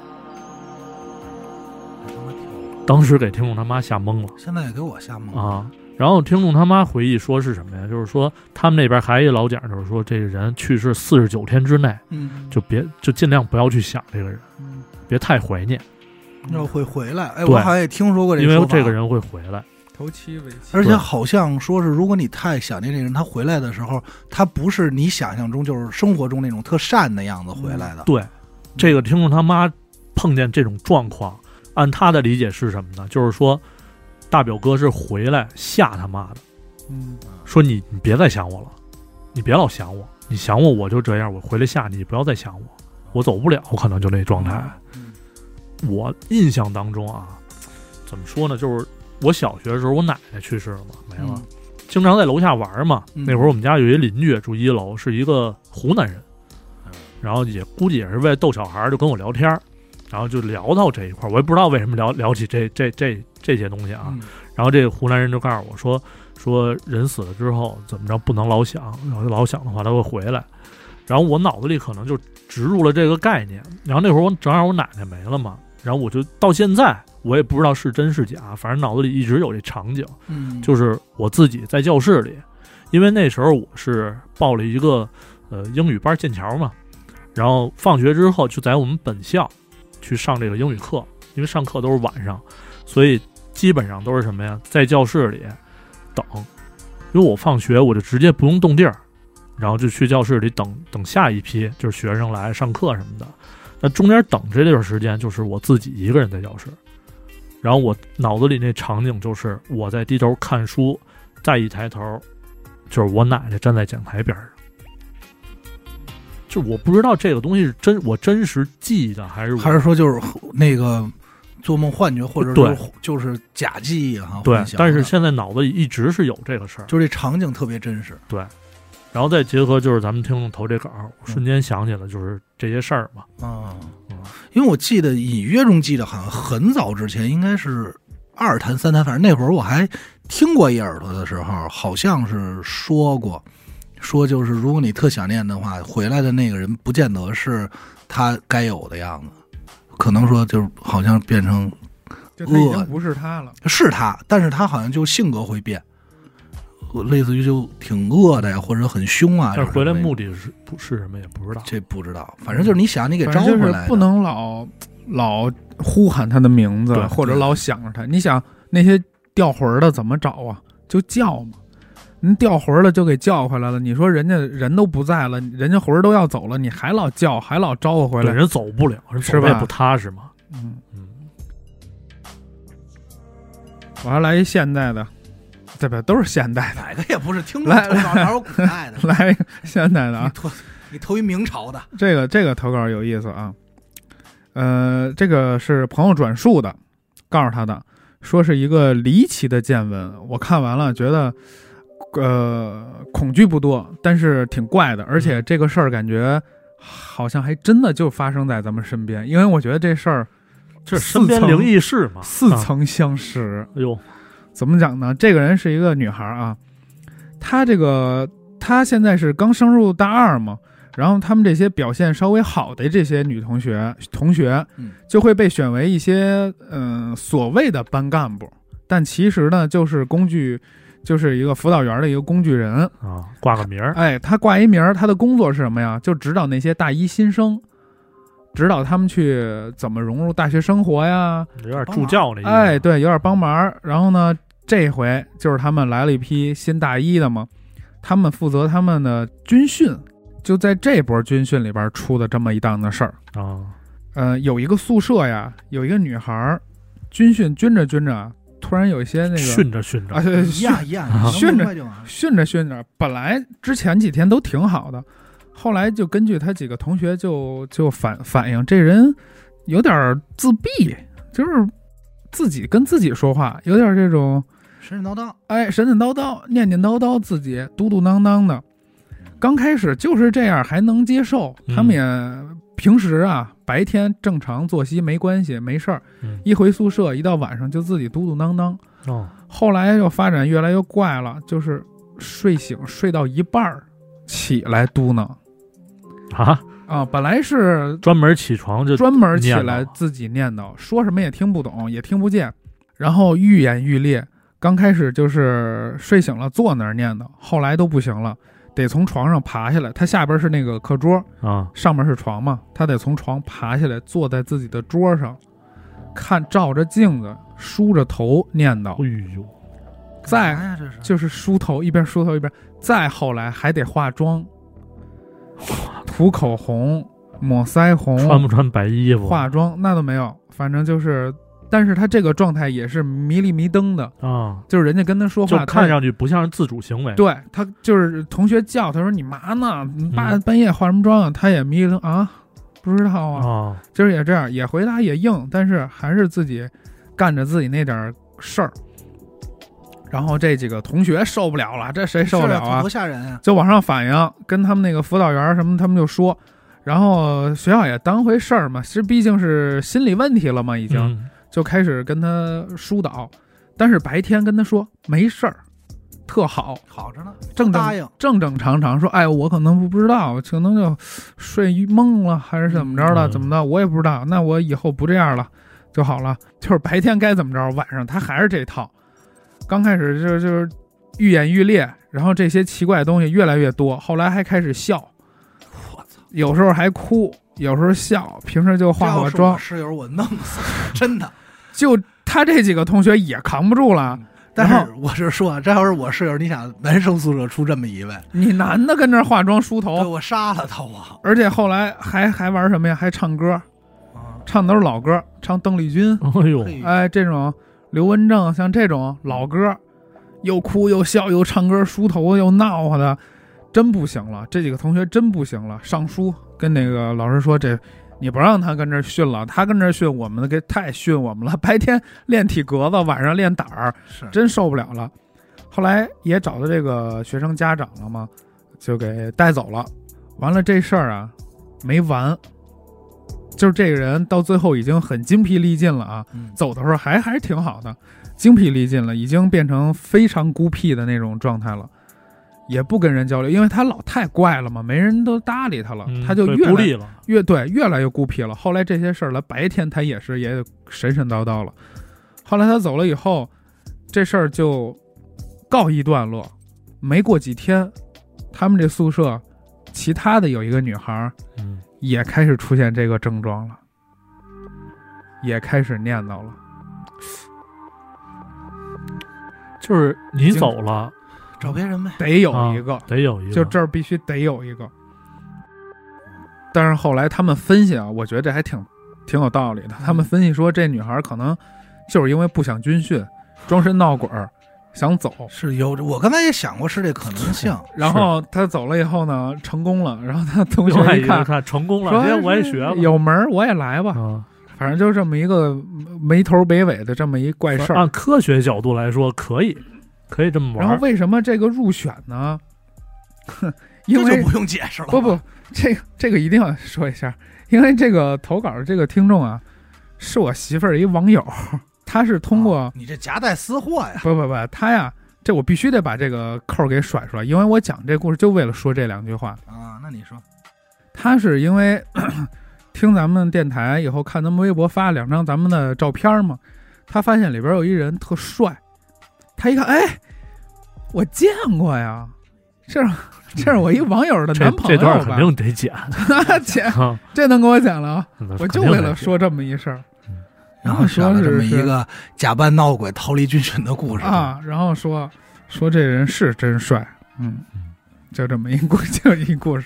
当时给听众他妈吓懵了， 现在也给我吓懵了啊！然后听众他妈回忆说是什么呀？就是说他们那边还有一老讲，就是说这个人去世四十九天之内， 嗯， 就别就尽量不要去想这个人， 嗯， 别太怀念， 要会回来。哎，我好像也听说过这个， 因为这个人会回来， 头七尾七， 而且好像说是，如果你太想念这个人，他回来的时候，他不是你想象中就是生活中那种特善的样子回来的。 对，这个听众他妈碰见这种状况。按他的理解是什么呢？就是说，大表哥是回来吓他妈的， 嗯， 说你你别再想我了，你别老想我，你想我我就这样，我回来吓你，你不要再想我，我走不了，我可能就那状态。 嗯、 我印象当中啊，怎么说呢？就是我小学的时候，我奶奶去世了嘛，没了，嗯、经常在楼下玩嘛。 嗯、 那会儿我们家有一邻居住一楼，是一个湖南人，然后也估计也是为了逗小孩，就跟我聊天。然后就聊到这一块，我也不知道为什么聊聊起这这这这些东西啊。 嗯、 然后这个湖南人就告诉我说，说人死了之后怎么着不能老想，然后老想的话他会回来。然后我脑子里可能就植入了这个概念。然后那会儿我正好我奶奶没了嘛，然后我就到现在我也不知道是真是假，反正脑子里一直有这场景， 嗯， 就是我自己在教室里，因为那时候我是报了一个呃英语班剑桥嘛，然后放学之后就在我们本校。去上这个英语课，因为上课都是晚上，所以基本上都是什么呀，在教室里等，因为我放学我就直接不用动地儿，然后就去教室里等等下一批就是学生来上课什么的。那中间等这段时间就是我自己一个人在教室，然后我脑子里那场景就是我在低头看书，再一抬头就是我奶奶站在讲台边上。就我不知道这个东西是真我真实记的还是还是说就是那个做梦幻觉，或者说就是假记忆哈。 对，但是现在脑子里一直是有这个事儿， 就这场景特别真实。 对，然后再结合就是咱们听众投这稿，我瞬间想起了就是这些事儿嘛。 啊、嗯，因为我记得隐约中记得好像很早之前，应该是二谈三谈，反正那会儿我还听过一耳朵的时候，好像是说过。说就是如果你特想念的话，回来的那个人不见得是他该有的样子，可能说就是好像变成就他已经不是他了， 是他，但是他好像就性格会变， 类似于就挺恶的呀，或者很凶啊。 但是回来目的的是不是什么也不知道。 这不知道，反正就是你想你给招反正回来的， 就是不能老老呼喊他的名字， 对或者老想着他。你想那些掉魂的怎么找啊？就叫嘛。您掉魂了就给叫回来了，你说人家人都不在了，人家魂都要走了，你还老叫，还老招呼回来， 对人走不了，人走是吧也不踏实嘛。 嗯嗯， 我还来一现代的，对吧？都是现代的。 哪个也不是听来着投稿哪有古代的？ 来一个现代的啊， 你投你投一明朝的， 这个这个投稿有意思啊。呃，这个是朋友转述的，告诉他的，说是一个离奇的见闻。我看完了，觉得呃恐惧不多，但是挺怪的，而且这个事儿感觉好像还真的就发生在咱们身边，因为我觉得这事儿这身边灵异事嘛， 似啊曾相识。 哎呦， 怎么讲呢？这个人是一个女孩啊，她这个她现在是刚升入大二嘛，然后他们这些表现稍微好的这些女同学同学， 嗯， 就会被选为一些嗯、呃、所谓的班干部，但其实呢就是工具，就是一个辅导员的一个工具人啊，挂个名儿， 哎，他挂一名儿，他的工作是什么呀？就指导那些大一新生，指导他们去怎么融入大学生活呀， 有点助教那意思。 哎，对，有点帮忙。然后呢，这回就是他们来了一批新大一的嘛，他们负责他们的军训，就在这波军训里边出的这么一档子事儿。 啊， 呃，有一个宿舍呀，有一个女孩，军训军着军着，突然有一些那个训着训着啊，对一样一样， 啊训着着训着训着，本来之前几天都挺好的，后来就根据他几个同学就就反反映，这人有点自闭，就是自己跟自己说话，有点这种神神叨叨， 哎神神叨叨、念念叨叨，自己嘟嘟囔囔的。刚开始就是这样还能接受，他们也平时啊白天正常作息没关系没事儿， 嗯一回宿舍一到晚上就自己嘟嘟囔囔。 哦， 后来又发展越来越怪了，就是睡醒睡到一半儿起来嘟囔啊， 啊，本来是专门起床就专门起念叨来自己念叨，说什么也听不懂，也听不见，然后愈演愈烈。刚开始就是睡醒了坐那儿念叨，后来都不行了，得从床上爬下来。他下边是那个课桌， 啊， 上面是床嘛，他得从床爬下来，坐在自己的桌上，看照着镜子，梳着头念叨。 哎呦， 再干嘛呀这是就是梳头，一边梳头一边，再后来还得化妆，涂口红、抹腮红， 穿不穿白衣服？ 化妆那都没有，反正就是，但是他这个状态也是迷离迷瞪的， 啊， 就是人家跟他说话， 就看他上去不像是自主行为。 对他就是同学叫他说你嘛呢？你半、 嗯半夜化什么妆啊？他也迷瞪啊，不知道啊， 啊， 就是也这样，也回答也硬，但是还是自己干着自己那点事儿。然后这几个同学受不了了，这谁受得了啊？ 多吓人啊！ 就往上反映，跟他们那个辅导员什么，他们就说，然后学校也当回事儿嘛，其实毕竟是心理问题了嘛，已经、 嗯就开始跟他疏导，但是白天跟他说没事儿，特好， 好着呢， 正答应正正正常常说，哎，我可能不知道，可能就睡懵了，还是怎么着的， 嗯怎么的，我也不知道，那我以后不这样了就好了。就是白天该怎么着，晚上他还是这套。刚开始就就是愈演愈烈，然后这些奇怪的东西越来越多，后来还开始笑， 我操， 有时候还哭，有时候笑，平时就化化这要妆是我。室友我弄死他，真的。 就他这几个同学也扛不住了， 但然后是我是说啊，这要是我室友，你想男生宿舍出这么一位， 你男的跟这儿化妆梳对头， 我杀了他我。 而且后来还还玩什么呀？还唱歌， 啊， 唱的都是老歌，唱邓丽君， 哎呦， 嘿哎，这种刘文正，像这种老歌，又哭又笑又唱歌梳头又闹腾的，真不行了。这几个同学真不行了，上书跟那个老师说，这你不让他跟这儿训了，他跟这儿训我们给太训我们了。白天练体格子，晚上练胆儿， 是真受不了了。后来也找到这个学生家长了嘛，就给带走了。完了这事儿啊没完，就是这个人到最后已经很精疲力尽了啊。 嗯走的时候还还是挺好的，精疲力尽了，已经变成非常孤僻的那种状态了，也不跟人交流，因为他老太怪了嘛，没人都搭理他了， 嗯他就越来被孤立了。 越对越来越孤僻了。后来这些事儿了，白天他也是也神神叨叨了。后来他走了以后，这事儿就告一段落。 没过几天，他们这宿舍其他的有一个女孩， 嗯， 也开始出现这个症状了，也开始念叨了。 就是你走了， 找别人呗， 得有一个， 啊、得有一个， 就这儿必须得有一个。但是后来他们分析啊，我觉得这还挺挺有道理的。他们分析说，这女孩可能就是因为不想军训，装神闹鬼儿，想走。 是有，我刚才也想过是这可能性。 然后她走了以后呢，成功了。然后她同学一看， 看成功了， 说哎我也学了， 有门我也来吧。 啊， 反正就这么一个没头没尾的这么一怪事儿。 按科学角度来说，可以，可以这么玩。 然后为什么这个入选呢？因为这就不用解释了。 不不，这个这个一定要说一下，因为这个投稿的这个听众啊，是我媳妇儿一网友，他是通过、 哦、你这夹带私货呀？ 不不不，他呀，这我必须得把这个扣给甩出来，因为我讲这故事就为了说这两句话啊。那你说， 他是因为咳咳听咱们电台以后，看咱们微博发两张咱们的照片嘛，他发现里边有一人特帅，他一看，哎，我见过呀，这是这是我一网友的男朋友吧， 这, 这段肯定得剪， 剪，这能给我剪了啊！我就为了说这么一事儿， 然后说了这么一个假扮闹鬼逃离军训的故事啊，然后说说这人是真帅，嗯，就这么一故就一故事。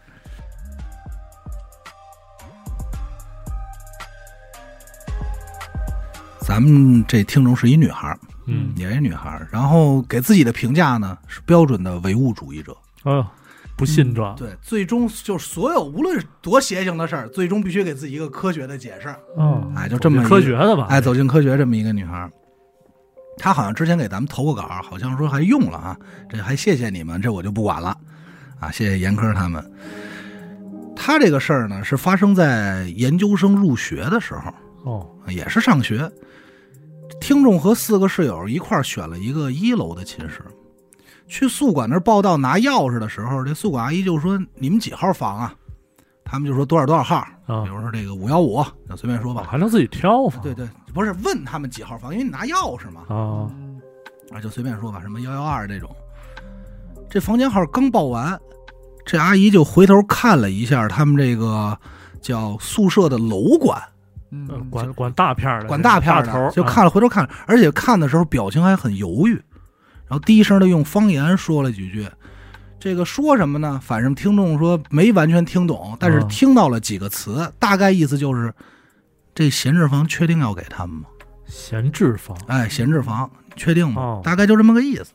咱们这听众是一女孩， 嗯， 也是一女孩，然后给自己的评价呢是标准的唯物主义者。 哦，不信这、 嗯、对，最终就是所有无论是多邪性的事儿，最终必须给自己一个科学的解释。 哦， 哎，就这么科学的吧？ 哎，走进科学这么一个女孩，她好像之前给咱们投过稿，好像说还用了啊，这还谢谢你们，这我就不管了啊，谢谢严科他们。她这个事儿呢是发生在研究生入学的时候， 哦， 也是上学。听众和四个室友一块选了一个一楼的寝室。去宿管那儿报到拿钥匙的时候，这宿管阿姨就说：“你们几号房啊？”他们就说多少多少号， 啊、 比如说这个五幺五，就随便说吧， 还能自己挑房。 对对，不是问他们几号房，因为你拿钥匙嘛。 啊， 啊，就随便说吧，什么幺幺二这种。这房间号刚报完，这阿姨就回头看了一下他们这个叫宿舍的楼管， 嗯， 管管大片的， 管大片的， 头就看了回头看了，而且看的时候表情还很犹豫。然后低声的用方言说了几句，这个说什么呢？反正听众说没完全听懂，但是听到了几个词，嗯、大概意思就是这闲置房确定要给他们吗？ 闲置房， 哎，闲置房确定吗？ 哦、 大概就这么个意思。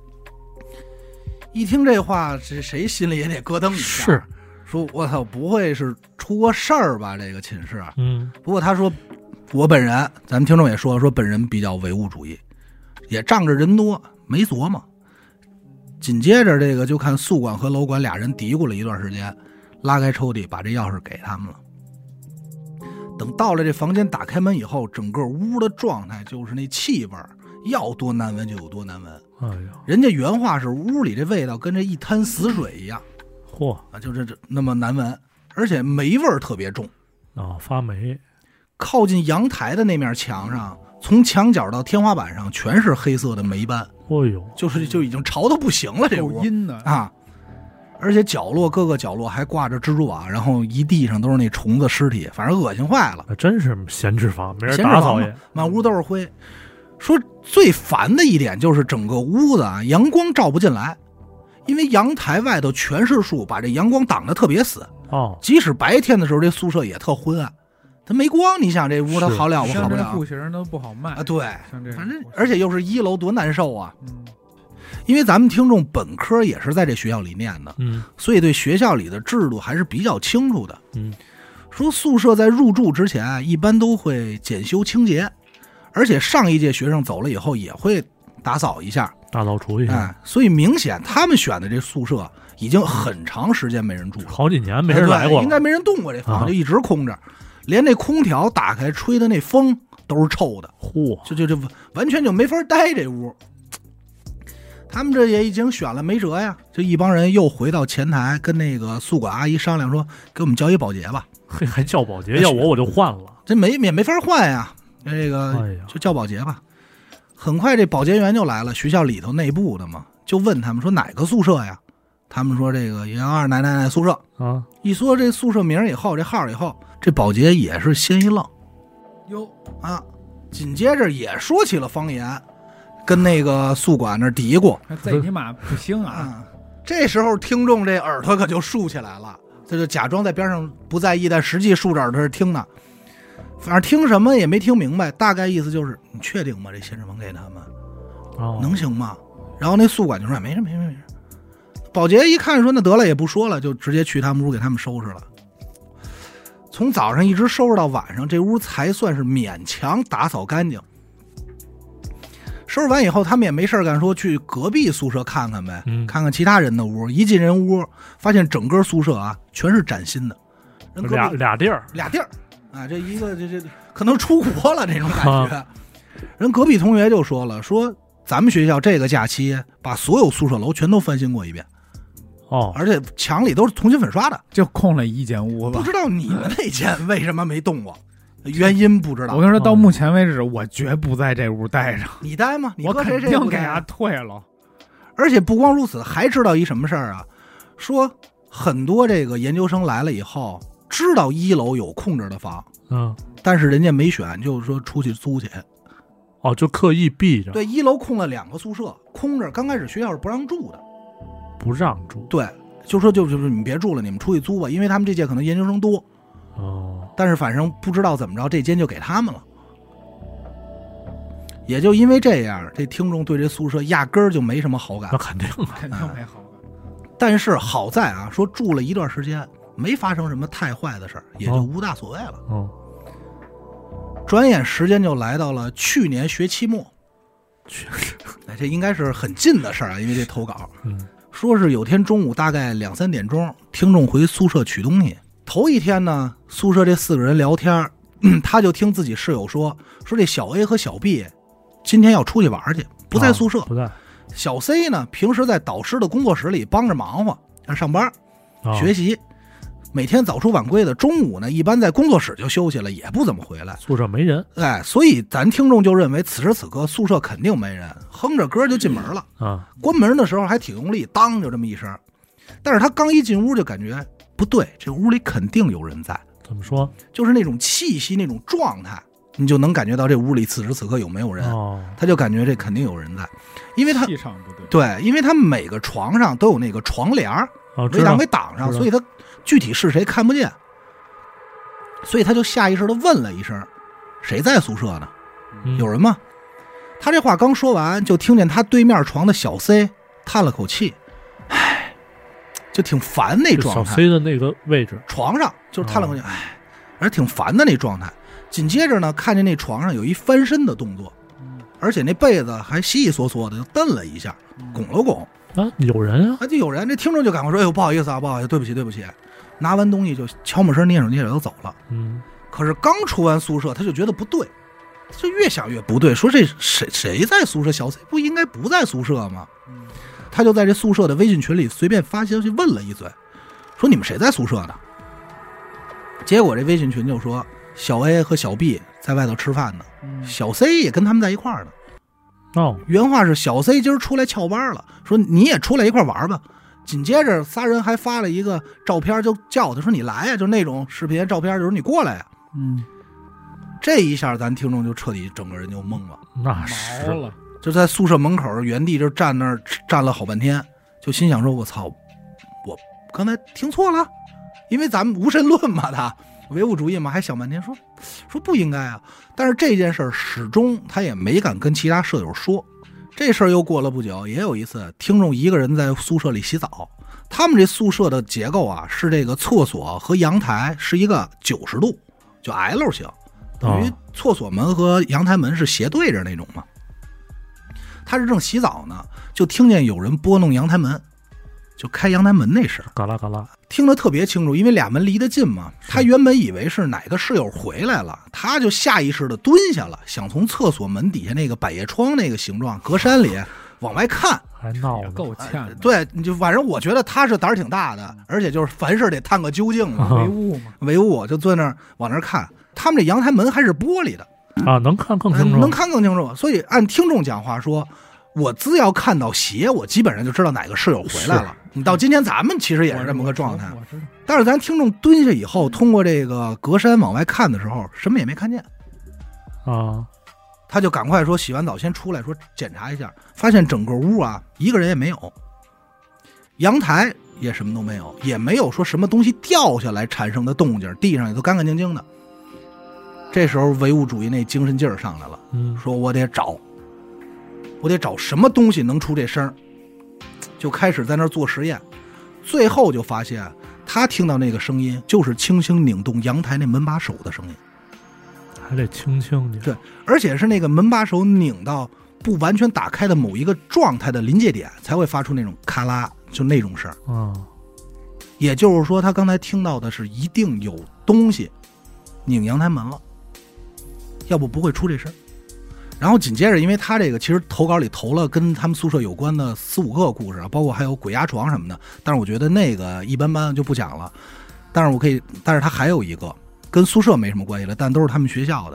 一听这话，这谁心里也得咯噔一下， 是说我操，不会是出过事儿吧？这个寝室， 嗯， 不过他说我本人，咱们听众也说了，说本人比较唯物主义，也仗着人多。没琢磨，紧接着这个就看宿管和楼管俩人嘀咕了一段时间，拉开抽屉把这钥匙给他们了。等到了这房间，打开门以后，整个屋的状态就是那气味要多难闻就有多难闻。 哎呀， 人家原话是屋里这味道跟这一滩死水一样， 嚯啊，就是这那么难闻，而且霉味儿特别重啊，发霉。 靠近阳台的那面墙上，从墙角到天花板上全是黑色的霉斑。 哦呦， 就是就已经潮的不行了，这有阴的啊！而且角落各个角落还挂着蜘蛛网，然后一地上都是那虫子尸体，反正恶心坏了。 真是闲置房，没人打扫也， 满屋都是灰。说最烦的一点就是整个屋子啊，阳光照不进来，因为阳台外头全是树，把这阳光挡得特别死。 哦， 即使白天的时候，这宿舍也特昏暗。它没光，你想这屋它好了不好不了？ 户型都不好卖啊，对， 反正而且又是一楼，多难受啊！ 嗯， 因为咱们听众本科也是在这学校里念的， 嗯， 所以对学校里的制度还是比较清楚的。 嗯， 说宿舍在入住之前一般都会检修清洁，而且上一届学生走了以后也会打扫一下， 大扫除一下。 哎，所以明显他们选的这宿舍已经很长时间没人住了， 好几年没人来过了， 应该没人动过这房，就一直空着。连那空调打开吹的那风都是臭的， 嚯！ 就就就完全就没法待这屋。他们这也已经选了，没辙呀。就一帮人又回到前台，跟那个宿管阿姨商量说：“给我们叫一保洁吧。” 嘿，还叫保洁？要我我就换了。 这没也没法换呀。这个就叫保洁吧。很快这保洁员就来了，学校里头内部的嘛， 就问他们说哪个宿舍呀？他们说这个幺二奶奶奶宿舍啊。 一说这宿舍名以后，这号以后，这保洁也是先一愣， 哟啊，紧接着也说起了方言，跟那个宿管那嘀咕， 这尼玛不行啊！ 啊，这时候听众这耳朵可就竖起来了，他就假装在边上不在意，但实际竖着耳朵听呢。反正听什么也没听明白，大概意思就是你确定吗？这先生房给他们、 哦、 能行吗？然后那宿管就说没事没事没事。保洁一看说那得了也不说了，就直接去他们屋给他们收拾了。从早上一直收拾到晚上，这屋才算是勉强打扫干净。收拾完以后，他们也没事干，说去隔壁宿舍看看呗， 嗯、 看看其他人的屋。一进人屋，发现整个宿舍啊全是崭新的，人隔壁俩俩地儿， 俩地儿啊，这一个这这可能出国了这种感觉。啊、人隔壁同学就说了，说咱们学校这个假期把所有宿舍楼全都翻新过一遍。 哦， 而且墙里都是重新粉刷的， 就空了一间屋子。 不知道你们那间为什么没动过？原因不知道。 我跟你说，到目前为止，我绝不在这屋待着。 你待吗？你我搁谁肯定给他退了。 而且不光如此，还知道一什么事儿啊？说很多这个研究生来了以后，知道一楼有空着的房， 嗯， 但是人家没选，就是说出去租去。 哦，就刻意避着。 对，一楼空了两个宿舍，空着。刚开始学校是不让住的。 不让住， 对，就说就就是你们别住了，你们出去租吧，因为他们这届可能研究生多， 哦， 但是反正不知道怎么着，这间就给他们了。也就因为这样，这听众对这宿舍压根儿就没什么好感。 那肯定啊， 肯定没好感。 但是好在啊，说住了一段时间，没发生什么太坏的事儿，也就无大所谓了。 哦， 转眼时间就来到了去年学期末，哎，这应该是很近的事儿啊，因为这投稿。 嗯。 说是有天中午大概两三点钟，听众回宿舍取东西。头一天呢，宿舍这四个人聊天，嗯、他就听自己室友说，说这小 A 和小 B 今天要出去玩去，不在宿舍。 哦、不在。 小 C 呢，平时在导师的工作室里帮着忙活，要上班、 哦、 学习，每天早出晚归的。中午呢，一般在工作室就休息了，也不怎么回来。 宿舍没人， 哎，所以咱听众就认为此时此刻宿舍肯定没人，哼着歌就进门了。 啊， 关门的时候还挺用力，当就这么一声。但是他刚一进屋就感觉不对，这屋里肯定有人在。 怎么说？ 就是那种气息，那种状态，你就能感觉到这屋里此时此刻有没有人。 哦， 他就感觉这肯定有人在，因为他气场不对。 对，因为他每个床上都有那个床帘哦， 围挡给挡上，所以他具体是谁看不见。所以他就下意识的问了一声：“谁在宿舍呢？ 嗯、 有人吗？”他这话刚说完，就听见他对面床的小 C 叹了口气，唉，就挺烦那状态。 小 C 的那个位置， 床上就是叹了口气，唉、哦，而挺烦的那状态。紧接着呢，看见那床上有一翻身的动作，而且那被子还稀稀嗦嗦的，就蹬了一下，拱了拱。 啊，有人啊！ 啊，就有人。这听众就赶快说：“哎呦，不好意思啊，不好意思，对不起，对不起。”拿完东西就悄没声、蹑手蹑脚就走了。 嗯。 可是刚出完宿舍，他就觉得不对，他就越想越不对，说这谁谁在宿舍？小 C 不应该不在宿舍吗？嗯。他就在这宿舍的微信群里随便发消息问了一嘴，说：“你们谁在宿舍呢？”结果这微信群就说：“小 A 和小 B 在外头吃饭呢，嗯、小 C 也跟他们在一块儿呢。” 哦， 原话是小 C 今儿出来翘班了，说你也出来一块玩吧。紧接着仨人还发了一个照片，就叫他说你来呀，就那种视频照片，就是你过来呀。 嗯， 这一下咱听众就彻底整个人就懵了， 那是了， 就在宿舍门口原地就站那儿站了好半天，就心想说我操，我刚才听错了，因为咱们无神论嘛，他唯物主义嘛，还想半天说说不应该啊。但是这件事始终他也没敢跟其他舍友说。这事儿又过了不久，也有一次听众一个人在宿舍里洗澡，他们这宿舍的结构啊是这个厕所和阳台是一个九十度，就 L 型，等于厕所门和阳台门是斜对着那种嘛。他是正洗澡呢，就听见有人拨弄阳台门，就开阳台门那声， 嘎啦嘎啦， 听得特别清楚，因为俩门离得近嘛。他原本以为是哪个室友回来了，他就下意识的蹲下了，想从厕所门底下那个百叶窗那个形状隔山里往外看， 还闹呢， 够呛的。 对，你就反正我觉得他是胆儿挺大的，而且就是凡事得探个究竟嘛， 唯物嘛， 唯物就坐那儿往那儿看。他们这阳台门还是玻璃的啊，能看更清楚， 能看更清楚。所以按听众讲话说， 我只要看到血，我基本上就知道哪个室友回来了。你到今天咱们其实也是这么个状态， 我知道。 但是咱听众蹲下以后，通过这个隔山往外看的时候，什么也没看见啊。 他就赶快说洗完澡先出来说检查一下，发现整个屋啊一个人也没有，阳台也什么都没有，也没有说什么东西掉下来产生的动静，地上也都干干净净的。这时候唯物主义那精神劲儿上来了， 嗯， 说我得找，我得找什么东西能出这声，就开始在那儿做实验。最后就发现他听到那个声音就是轻轻拧动阳台那门把手的声音， 还得轻轻的， 对，而且是那个门把手拧到不完全打开的某一个状态的临界点才会发出那种咔啦，就那种声啊。 也就是说他刚才听到的是一定有东西拧阳台门了，要不不会出这声。然后紧接着，因为他这个其实投稿里投了跟他们宿舍有关的四五个故事，包括还有鬼压床什么的，但是我觉得那个一般般就不讲了。但是我可以，但是他还有一个跟宿舍没什么关系了，但都是他们学校的，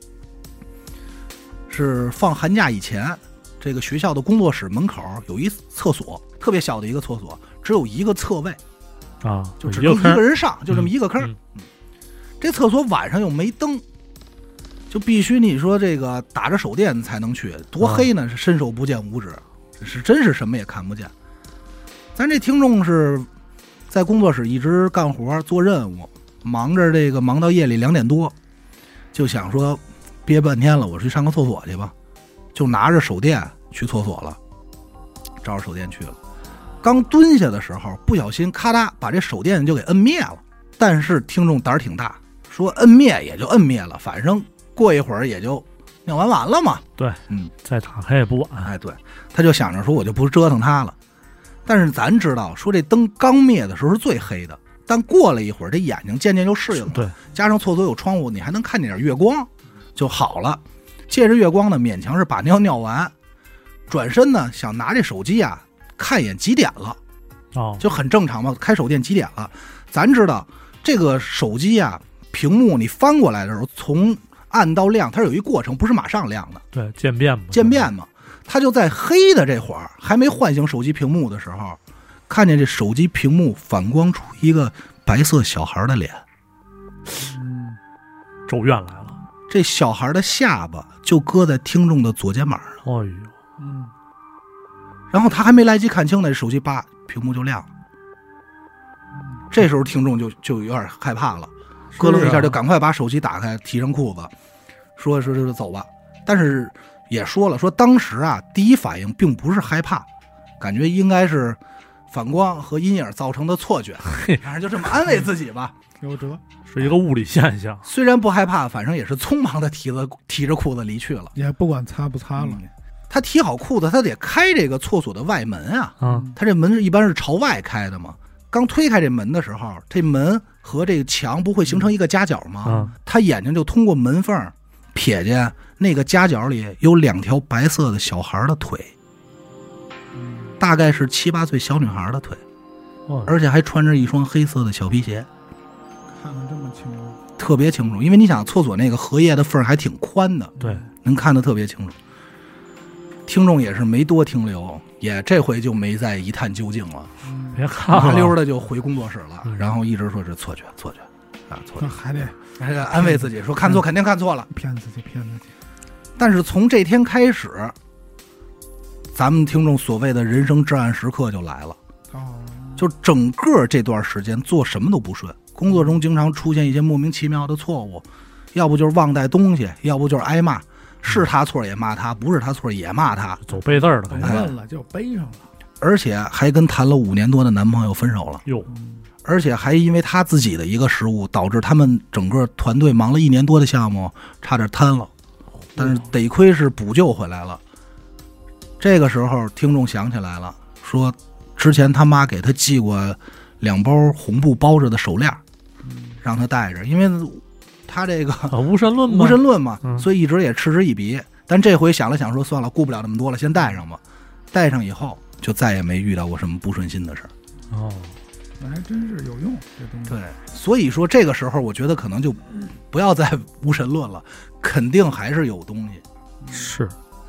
是放寒假以前，这个学校的工作室门口有一厕所，特别小的一个厕所，只有一个侧位啊， 就只能一个人上，就这么一个坑。 嗯嗯、 这厕所晚上又没灯。就必须你说这个打着手电才能去，多黑呢？是伸手不见五指，是真是什么也看不见。咱这听众是在工作室一直干活做任务，忙着这个忙到夜里两点多，就想说憋半天了，我去上个厕所去吧，就拿着手电去厕所了，照着手电去了。刚蹲下的时候，不小心咔嗒把这手电就给摁灭了。但是听众胆儿挺大，说摁灭也就摁灭了，反正过一会儿也就尿完完了嘛。 对， 嗯， 再打开也不晚。 哎，对，他就想着说我就不折腾他了。但是咱知道，说这灯刚灭的时候是最黑的，但过了一会儿，这眼睛渐渐就适应了。 对， 加上厕所有窗户，你还能看见点月光，就好了。借着月光呢，勉强是把尿尿完，转身呢想拿这手机啊看一眼几点了。 哦， 就很正常嘛，开手电几点了？咱知道这个手机啊，屏幕你翻过来的时候，从暗到亮，它是有一过程，不是马上亮的。 对，渐变嘛， 渐变嘛。它就在黑的这会儿，还没唤醒手机屏幕的时候，看见这手机屏幕反光出一个白色小孩的脸。 嗯， 咒怨来了。 这小孩的下巴就搁在听众的左肩膀上。 哎呦， 嗯， 然后他还没来及看清呢，这手机叭，屏幕就亮了。这时候听众就就有点害怕了，咯楞一下就赶快把手机打开，提上裤子，说说说走吧。但是也说了，说当时啊，第一反应并不是害怕，感觉应该是反光和阴影造成的错觉，反正就这么安慰自己吧。 有辙， 是一个物理现象。 虽然不害怕，反正也是匆忙的提着提着裤子离去了， 也不管擦不擦了。 嗯、他提好裤子，他得开这个厕所的外门啊， 嗯， 他这门一般是朝外开的嘛。刚推开这门的时候，这门和这个墙不会形成一个夹角吗？ 嗯， 他眼睛就通过门缝瞥见那个夹角里有两条白色的小孩的腿，大概是七八岁小女孩的腿， 哦、 而且还穿着一双黑色的小皮鞋。 看得这么清楚， 特别清楚，因为你想厕所那个荷叶的缝还挺宽的， 对， 能看得特别清楚。听众也是没多停留，也这回就没再一探究竟了， 嗯、 别看了， 麻溜的就回工作室了， 嗯、 然后一直说是错觉，错觉，啊，错觉， 还得还得安慰自己说看错肯定看错了， 骗自己，骗自己。 但是从这天开始，咱们听众所谓的人生至暗时刻就来了。 哦， 就整个这段时间做什么都不顺，工作中经常出现一些莫名其妙的错误，要不就是忘带东西，要不就是挨骂，是他错也骂他，不是他错也骂他， 走背字儿的， 甭问了就背上了， 而且还跟谈了五年多的男朋友分手了。 哟， 而且还因为他自己的一个失误，导致他们整个团队忙了一年多的项目差点瘫了，但是得亏是补救回来了。这个时候听众想起来了，说之前他妈给他寄过两包红布包着的手链，让他带着，因为他这个、 啊、无神论嘛， 无神论嘛、 嗯， 所以一直也嗤之以鼻。但这回想了想说算了，顾不了那么多了，先带上吧。带上以后就再也没遇到过什么不顺心的事儿。 哦， 那还真是有用这东西。 对，所以说这个时候我觉得可能就不要再无神论了，肯定还是有东西。 是，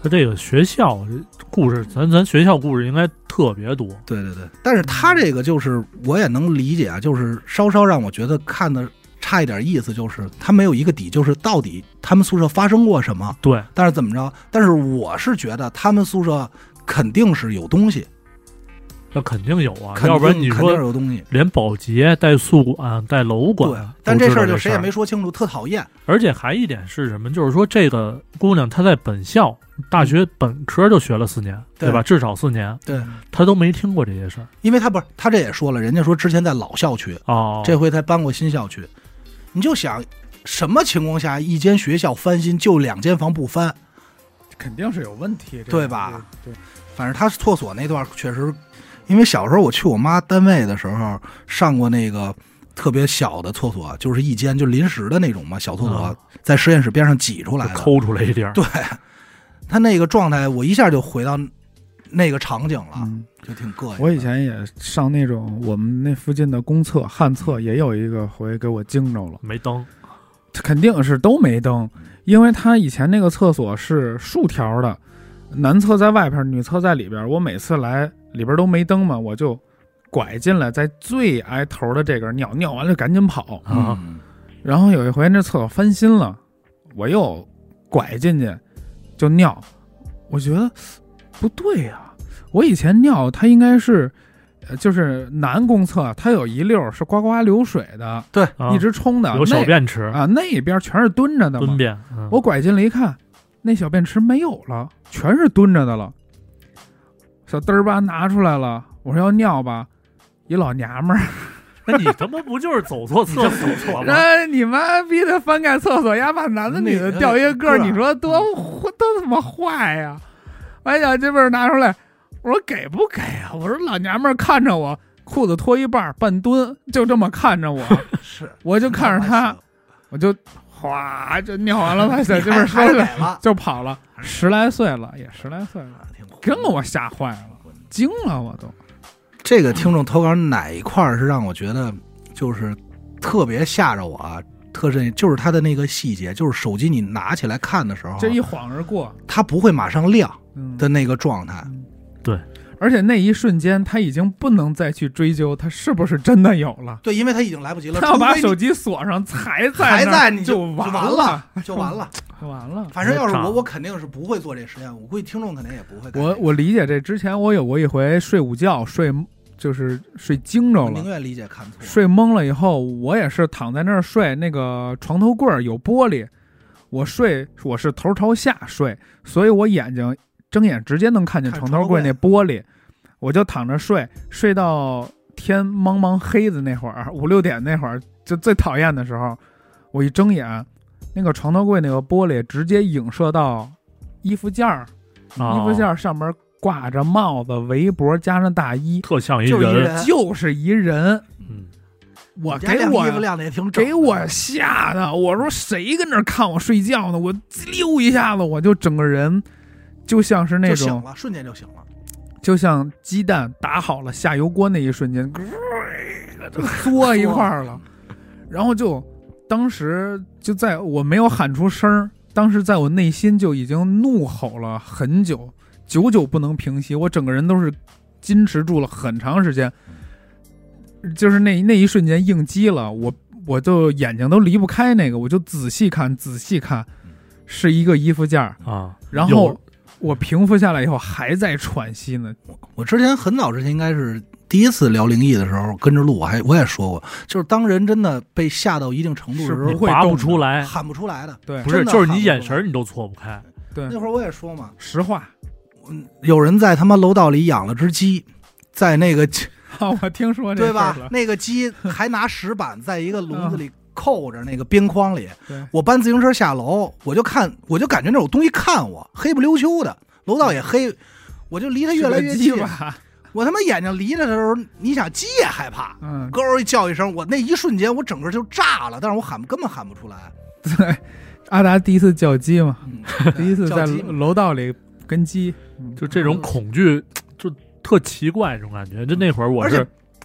他这个学校故事，咱咱学校故事应该特别多。 对对对，但是他这个就是我也能理解啊，就是稍稍让我觉得看的差一点意思，就是他没有一个底，就是到底他们宿舍发生过什么。 对， 但是怎么着？但是我是觉得他们宿舍肯定是有东西， 那肯定有啊， 肯定要不然你肯定说是有东西。 连保洁带宿管带楼管， 对，但这事儿就这谁也没说清楚，特讨厌。 而且还一点是什么？就是说这个姑娘她在本校大学本科就学了四年， 对对吧？至少四年， 对， 她都没听过这些事儿。 因为他不是他这也说了，人家说之前在老校区， 哦， 这回才搬过新校区。你就想什么情况下一间学校翻新就两间房不翻， 肯定是有问题， 对吧？ 对， 反正他厕所那段确实，因为小时候我去我妈单位的时候上过那个特别小的厕所，就是一间就临时的那种嘛小厕所， 啊、 在实验室边上挤出来的， 抠出来一点。 对，他那个状态，我一下就回到那个场景了， 嗯、 就挺膈应。 我以前也上那种我们那附近的公厕旱厕，也有一个回给我惊着了， 没灯， 肯定是都没灯，因为他以前那个厕所是竖条的，男厕在外边，女厕在里边。我每次来里边都没灯嘛，我就拐进来，在最挨头的这个尿尿完了赶紧跑啊。 嗯、 然后有一回那厕所翻新了，我又拐进去就尿，我觉得不对呀、啊，我以前尿它应该是。就是男公厕，它有一溜是呱呱流水的， 对， 一直冲的， 有小便池啊，那边全是蹲着的嘛。 蹲便，嗯、 我拐进来一看，那小便池没有了，全是蹲着的了。小嘚儿吧拿出来了，我说要尿吧，一老娘们儿。 那你他妈不就是走错厕所吗？ 那你妈逼的翻盖厕所呀，把男的女的掉一个个，你说多多他妈坏呀！把小鸡巴拿出来。我说给不给啊？我说老娘们儿看着我，裤子脱一半半蹲，就这么看着我， 是， 我就看着他，我就哗就尿完了，把小鸡巴收了就跑了。十来岁了，也十来岁了，真给我吓坏了，惊了我都。 这个听众投稿哪一块是让我觉得就是特别吓着我啊？特深就是他的那个细节，就是手机你拿起来看的时候， 这一晃而过， 它不会马上亮的那个状态。 嗯对， 而且那一瞬间他已经不能再去追究他是不是真的有了， 对，因为他已经来不及了。 他要把手机锁上，还在还在你就完了， 就完了， 就完了。 反正要是我，我肯定是不会做这实验，我估计听众肯定也不会。 我我理解这之前我有过一回睡午觉，睡就是睡惊着了， 宁愿理解看错， 睡懵了以后，我也是躺在那儿睡，那个床头柜有玻璃，我睡我是头朝下睡，所以我眼睛。睁眼直接能看见床头柜那玻璃，我就躺着睡，睡到天茫茫黑的那会儿，五六点那会儿，就最讨厌的时候，我一睁眼，那个床头柜那个玻璃直接影射到衣服件儿， 哦、 衣服件上面挂着帽子、围脖加上大衣， 特像一人， 就是一人。 嗯， 我给我衣服晾的也挺给我吓的，我说谁跟那看我睡觉呢？我溜一下子，我就整个人。就像是那种就醒了，瞬间就醒了， 就像鸡蛋打好了下油锅那一瞬间，就缩一块儿了，然后就当时就在我没有喊出声，当时在我内心就已经怒吼了很久，久久不能平息，我整个人都是矜持住了很长时间，就是那那一瞬间应激了，我我就眼睛都离不开那个，我就仔细看仔细看，是一个衣服件啊， 然后。我平复下来以后还在喘息呢。 我之前很早之前应该是第一次聊灵异的时候跟着录，我还我也说过，就是当人真的被吓到一定程度的时候， 拔不出来， 喊不出来的。 对， 不是，就是你眼神你都错不开。 对， 那会儿我也说嘛， 实话， 有人在他妈楼道里养了只鸡，在那个啊，我听说这对吧？那个鸡还拿石板在一个笼子里。扣着那个边框里，我搬自行车下楼，我就看，我就感觉那有东西看我，黑不溜秋的，楼道也黑，我就离他越来越近。我他妈眼睛离着的时候，你想鸡也害怕， 嗯， 咯一叫一声，我那一瞬间我整个就炸了，但是我喊根本喊不出来。 对，阿达第一次叫鸡嘛，嗯、第一次在楼道里跟鸡， 就这种恐惧就特奇怪，这种感觉。就那会儿我是。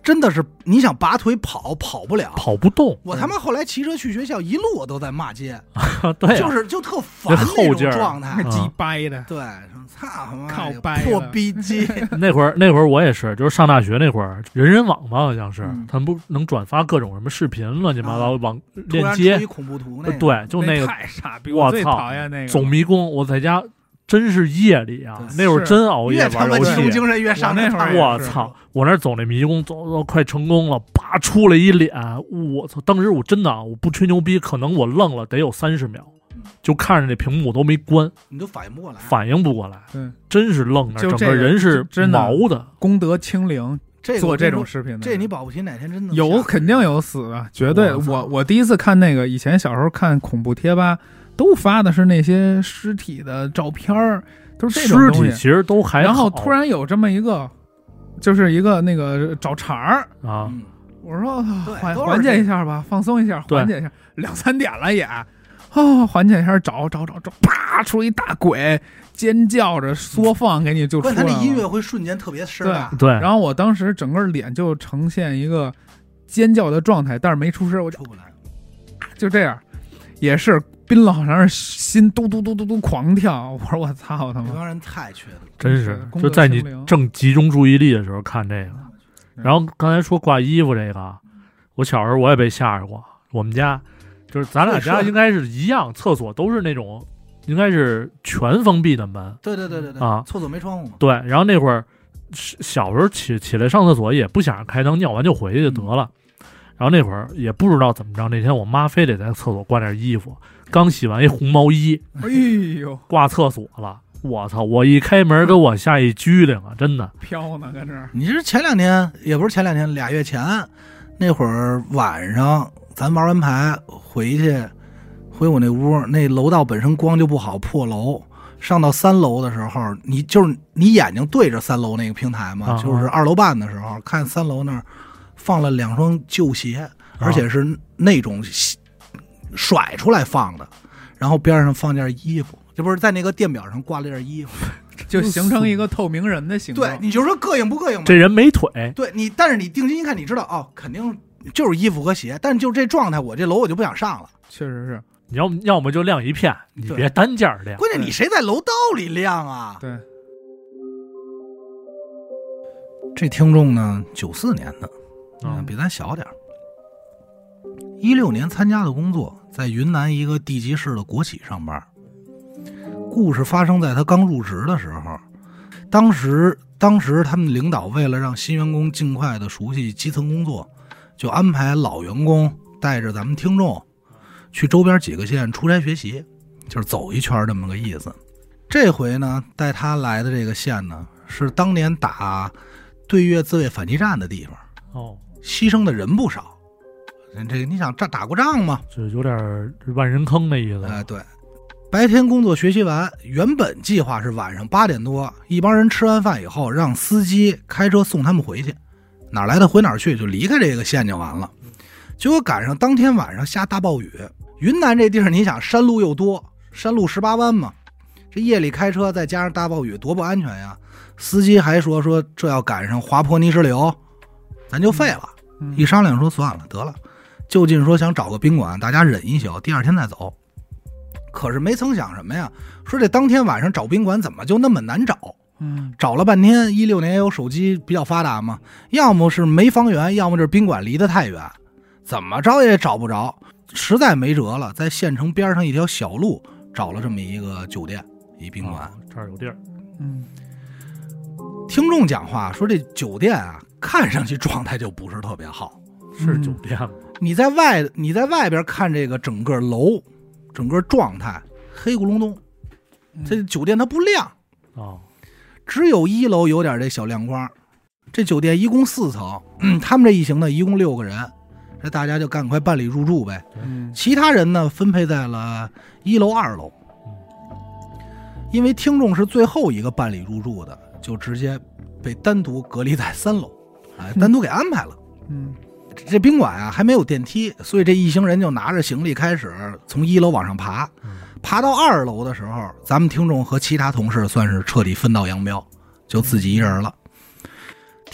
真的是你想拔腿跑跑不了， 跑不动。 我他妈后来骑车去学校，一路我都在骂街， 对、啊， 就是就特烦那种状态， 鸡掰的， 对，操他妈靠掰破逼机。 那会儿那会儿我也是，就是上大学那会儿，人人网吧好像是， 嗯、 他们不能转发各种什么视频，乱七八糟网、 啊、 链接， 恐怖图那个， 对，就那个太傻逼，我最讨厌那个走迷宫，我在家。真是夜里啊！那会儿真熬夜玩游戏， 越精神越上那会儿。 我操！我那走那迷宫，走走快成功了，叭出了一脸，我操！当时我真的啊，我不吹牛逼，可能我愣了得有三十秒，就看着那屏幕都没关， 你都反应不过来， 反应不过来， 对， 真是愣的， 整个人是毛的。 功德清零， 这做这种视频的， 这你保不齐哪天真的有，肯定有死的，绝对。我我第一次看那个，以前小时候看恐怖贴吧，都发的是那些尸体的照片儿。都是这种东西， 其实都还好。 然后突然有这么一个，就是一个那个找茬儿啊， 我说缓缓解一下吧，放松一下，缓解一下。两三点了也，哦，缓解一下，找找找找，啪出一大鬼，尖叫着缩放给你就出来了。 关键他那音乐会瞬间特别声大， 对。 然后我当时整个脸就呈现一个尖叫的状态，但是没出声，我就出不来， 就这样，也是。冰冷好像是心嘟嘟嘟嘟嘟狂跳，我说我操他妈！ 这帮人太缺德， 真是就在你正集中注意力的时候看这个。然后刚才说挂衣服这个，我小时候我也被吓着过。我们家就是咱俩家应该是一样，厕所都是那种应该是全封闭的门。 对对对对对啊， 厕所没窗户嘛。 对，然后那会儿小时候起起来上厕所也不想开灯，尿完就回去就得了。嗯、然后那会儿也不知道怎么着，那天我妈非得在厕所挂点衣服。刚洗完一红毛衣， 哎呦， 挂厕所了！我操！我一开门，给我吓一激灵啊！真的飘呢，跟这儿。 你是前两天，也不是前两天，俩月前那会儿晚上，咱玩完牌回去，回我那屋，那楼道本身光就不好，破楼。上到三楼的时候，你就是你眼睛对着三楼那个平台嘛，啊、就是二楼半的时候，看三楼那儿放了两双旧鞋，啊、而且是那种。甩出来放的，然后边上放件衣服，这不是在那个电表上挂了件衣服， 就形成一个透明人的形状。 对，你就说膈应不膈应吗？ 这人没腿。 对你，但是你定睛一看，你知道哦，肯定就是衣服和鞋，但是就这状态，我这楼我就不想上了。 确实是， 你要要么就亮一片，你别单件亮。 关键你谁在楼道里亮啊？ 对。 这听众呢，九四年的，嗯，比咱小点儿。一六年参加的工作，在云南一个地级市的国企上班。故事发生在他刚入职的时候，当时当时他们领导为了让新员工尽快的熟悉基层工作，就安排老员工带着咱们听众去周边几个县出差学习，就是走一圈这么个意思。这回呢，带他来的这个县呢，是当年打对越自卫反击战的地方。 哦， 牺牲的人不少。这个你想打打过仗吗？ 就有点万人坑的意思。 哎，对。白天工作学习完，原本计划是晚上八点多，一帮人吃完饭以后，让司机开车送他们回去，哪来的回哪去，就离开这个县就完了。结果赶上当天晚上下大暴雨，云南这地儿你想山路又多，山路十八弯嘛，这夜里开车再加上大暴雨，多不安全呀！司机还说说这要赶上滑坡泥石流，咱就废了。 嗯、 一商量说算了，得了。就近说想找个宾馆，大家忍一宿，第二天再走。可是没曾想什么呀？说这当天晚上找宾馆怎么就那么难找？ 嗯， 找了半天，一六年有手机比较发达嘛，要么是没房源，要么就是宾馆离得太远，怎么着也找不着。实在没辙了，在县城边上一条小路找了这么一个酒店，一宾馆， 哦、这儿有地儿。 嗯， 听众讲话说这酒店啊，看上去状态就不是特别好。 是酒店吗？ 你在外你在外边看这个整个楼整个状态黑咕隆咚，这酒店它不亮哦， 只有一楼有点这小亮光。这酒店一共四层，嗯，他们这一行呢一共六个人，这大家就赶快办理入住呗。 嗯， 其他人呢分配在了一楼二楼。因为听众是最后一个办理入住的，就直接被单独隔离在三楼，哎，单独给安排了。 嗯， 这宾馆啊还没有电梯，所以这一行人就拿着行李开始从一楼往上爬。爬到二楼的时候，咱们听众和其他同事算是彻底分道扬镳，就自己一人了。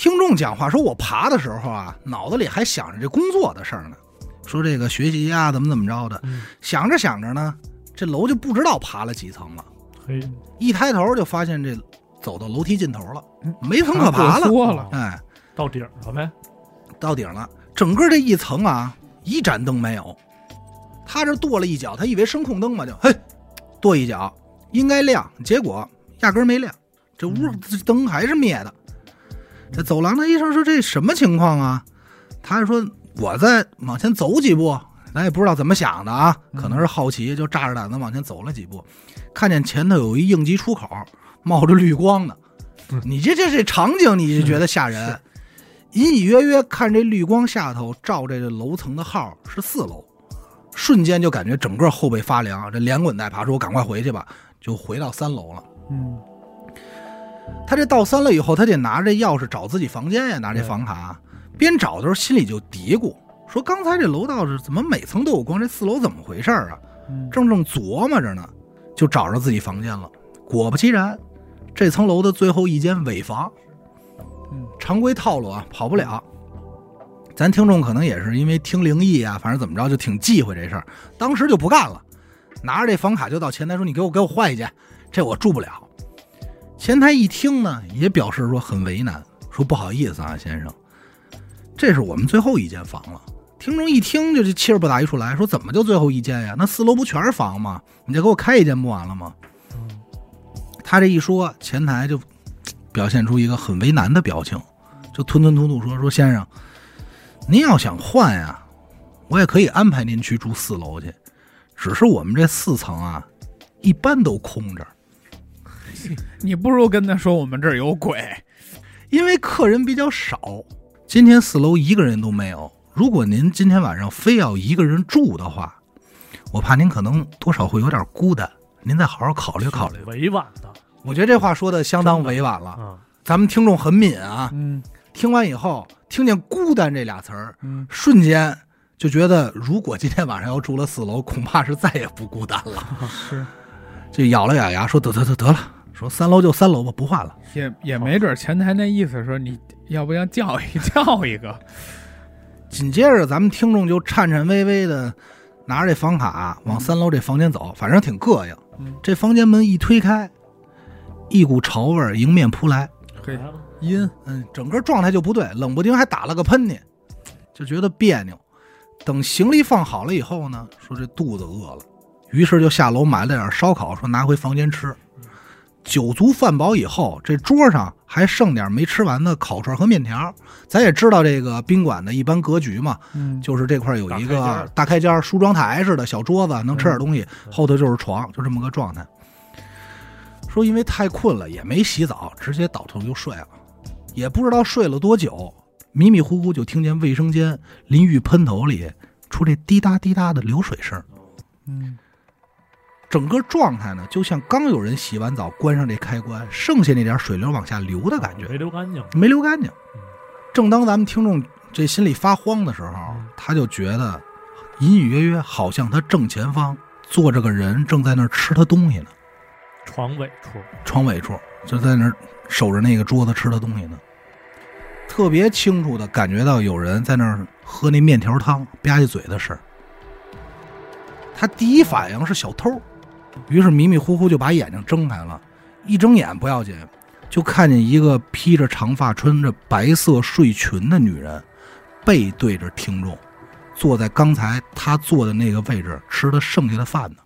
听众讲话说，我爬的时候啊，脑子里还想着这工作的事儿呢，说这个学习呀、啊，怎么怎么着的， 嗯、 想着想着呢，这楼就不知道爬了几层了。 嘿， 一抬头就发现这走到楼梯尽头了，没层可爬了。 了哎， 到顶了呗， 到顶了。整个这一层啊，一盏灯没有。他这跺了一脚，他以为声控灯嘛，就嘿，跺一脚，应该亮，结果压根没亮，这屋灯还是灭的。这走廊的医生说这什么情况啊？他就说我再往前走几步，咱也不知道怎么想的啊，可能是好奇，就炸着胆子往前走了几步，看见前头有一应急出口，冒着绿光呢。你这这这场景你就觉得吓人，隐隐约约看这绿光下头照这个楼层的号是四楼，瞬间就感觉整个后背发凉，这连滚带爬说我赶快回去吧，就回到三楼了。 嗯， 他这到三楼以后，他得拿着钥匙找自己房间呀，拿这房卡，边找的时候心里就嘀咕说刚才这楼道是怎么每层都有光，这四楼怎么回事啊？正正琢磨着呢，就找着自己房间了。果不其然，这层楼的最后一间尾房，常规套路啊，跑不了。咱听众可能也是因为听灵异啊，反正怎么着就挺忌讳这事儿，当时就不干了，拿着这房卡就到前台说：“你给我给我换一间，这我住不了。”前台一听呢，也表示说很为难，说不好意思啊，先生，这是我们最后一间房了。听众一听就这气儿不打一处来，说怎么就最后一间呀？那四楼不全是房吗？你再给我开一间不完了吗？他这一说，前台就表现出一个很为难的表情，就吞吞吐吐说：“说先生，您要想换呀，我也可以安排您去住四楼去，只是我们这四层啊，一般都空着。 你不如跟他说我们这儿有鬼， 因为客人比较少，今天四楼一个人都没有。如果您今天晚上非要一个人住的话，我怕您可能多少会有点孤单，您再好好考虑考虑。” 委婉的， 我觉得这话说的相当委婉了。 嗯、 咱们听众很敏啊， 嗯， 听完以后听见孤单这俩词儿， 嗯， 瞬间就觉得如果今天晚上要住了四楼，恐怕是再也不孤单了。 是， 就咬了咬牙说：“得得得得了，说三楼就三楼吧，不换了。” 也也没准前台那意思说你要不要叫一叫一个。 紧接着咱们听众就颤颤巍巍的拿着这房卡往三楼这房间走，反正挺膈应。 嗯、 这房间门一推开，一股潮味迎面扑来， 嘿，阴， 嗯，整个状态就不对，冷不丁还打了个喷嚏，就觉得别扭。等行李放好了以后呢，说这肚子饿了，于是就下楼买了点烧烤，说拿回房间吃。酒足饭饱以后，这桌上还剩点没吃完的烤串和面条。咱也知道这个宾馆的一般格局嘛， 嗯， 就是这块有一个大开间梳妆台似的小桌子，能吃点东西，嗯、后头就是床，就这么个状态。说因为太困了，也没洗澡，直接倒头就睡了，也不知道睡了多久，迷迷糊糊就听见卫生间淋浴喷头里出这滴答滴答的流水声。 嗯。 整个状态呢，就像刚有人洗完澡关上这开关，剩下那点水流往下流的感觉， 没流干净， 没流干净。正当咱们听众这心里发慌的时候，他就觉得隐隐约约好像他正前方坐着个人正在那儿吃他东西呢， 床尾处， 床尾处就在那儿守着那个桌子吃他东西呢，特别清楚的感觉到有人在那儿喝那面条汤吧唧嘴的事儿。他第一反应是小偷。于是迷迷糊糊就把眼睛睁开了，一睁眼不要紧，就看见一个披着长发穿着白色睡裙的女人，背对着听众，坐在刚才他坐的那个位置吃的剩下的饭呢。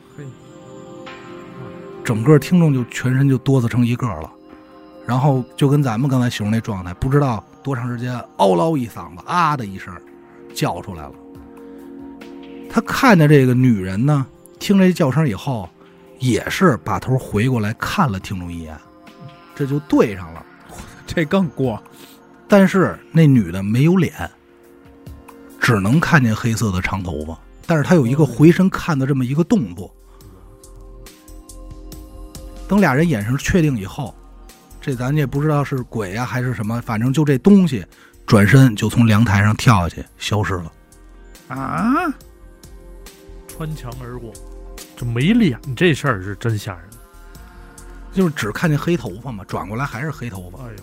整个听众就全身就哆嗦成一个了，然后就跟咱们刚才形容那状态，不知道多长时间嗷唠一嗓子啊的一声叫出来了。他看见这个女人呢，听这叫声以后，也是把头回过来看了听众一眼，这就对上了， 这更过。 但是那女的没有脸，只能看见黑色的长头发，但是她有一个回身看的这么一个动作。等俩人眼神确定以后，这咱也不知道是鬼啊还是什么，反正就这东西转身就从阳台上跳下去消失了。 啊！ 穿墙而过，这没脸这事儿是真吓人， 就是只看见黑头发嘛，转过来还是黑头发。 哎呦，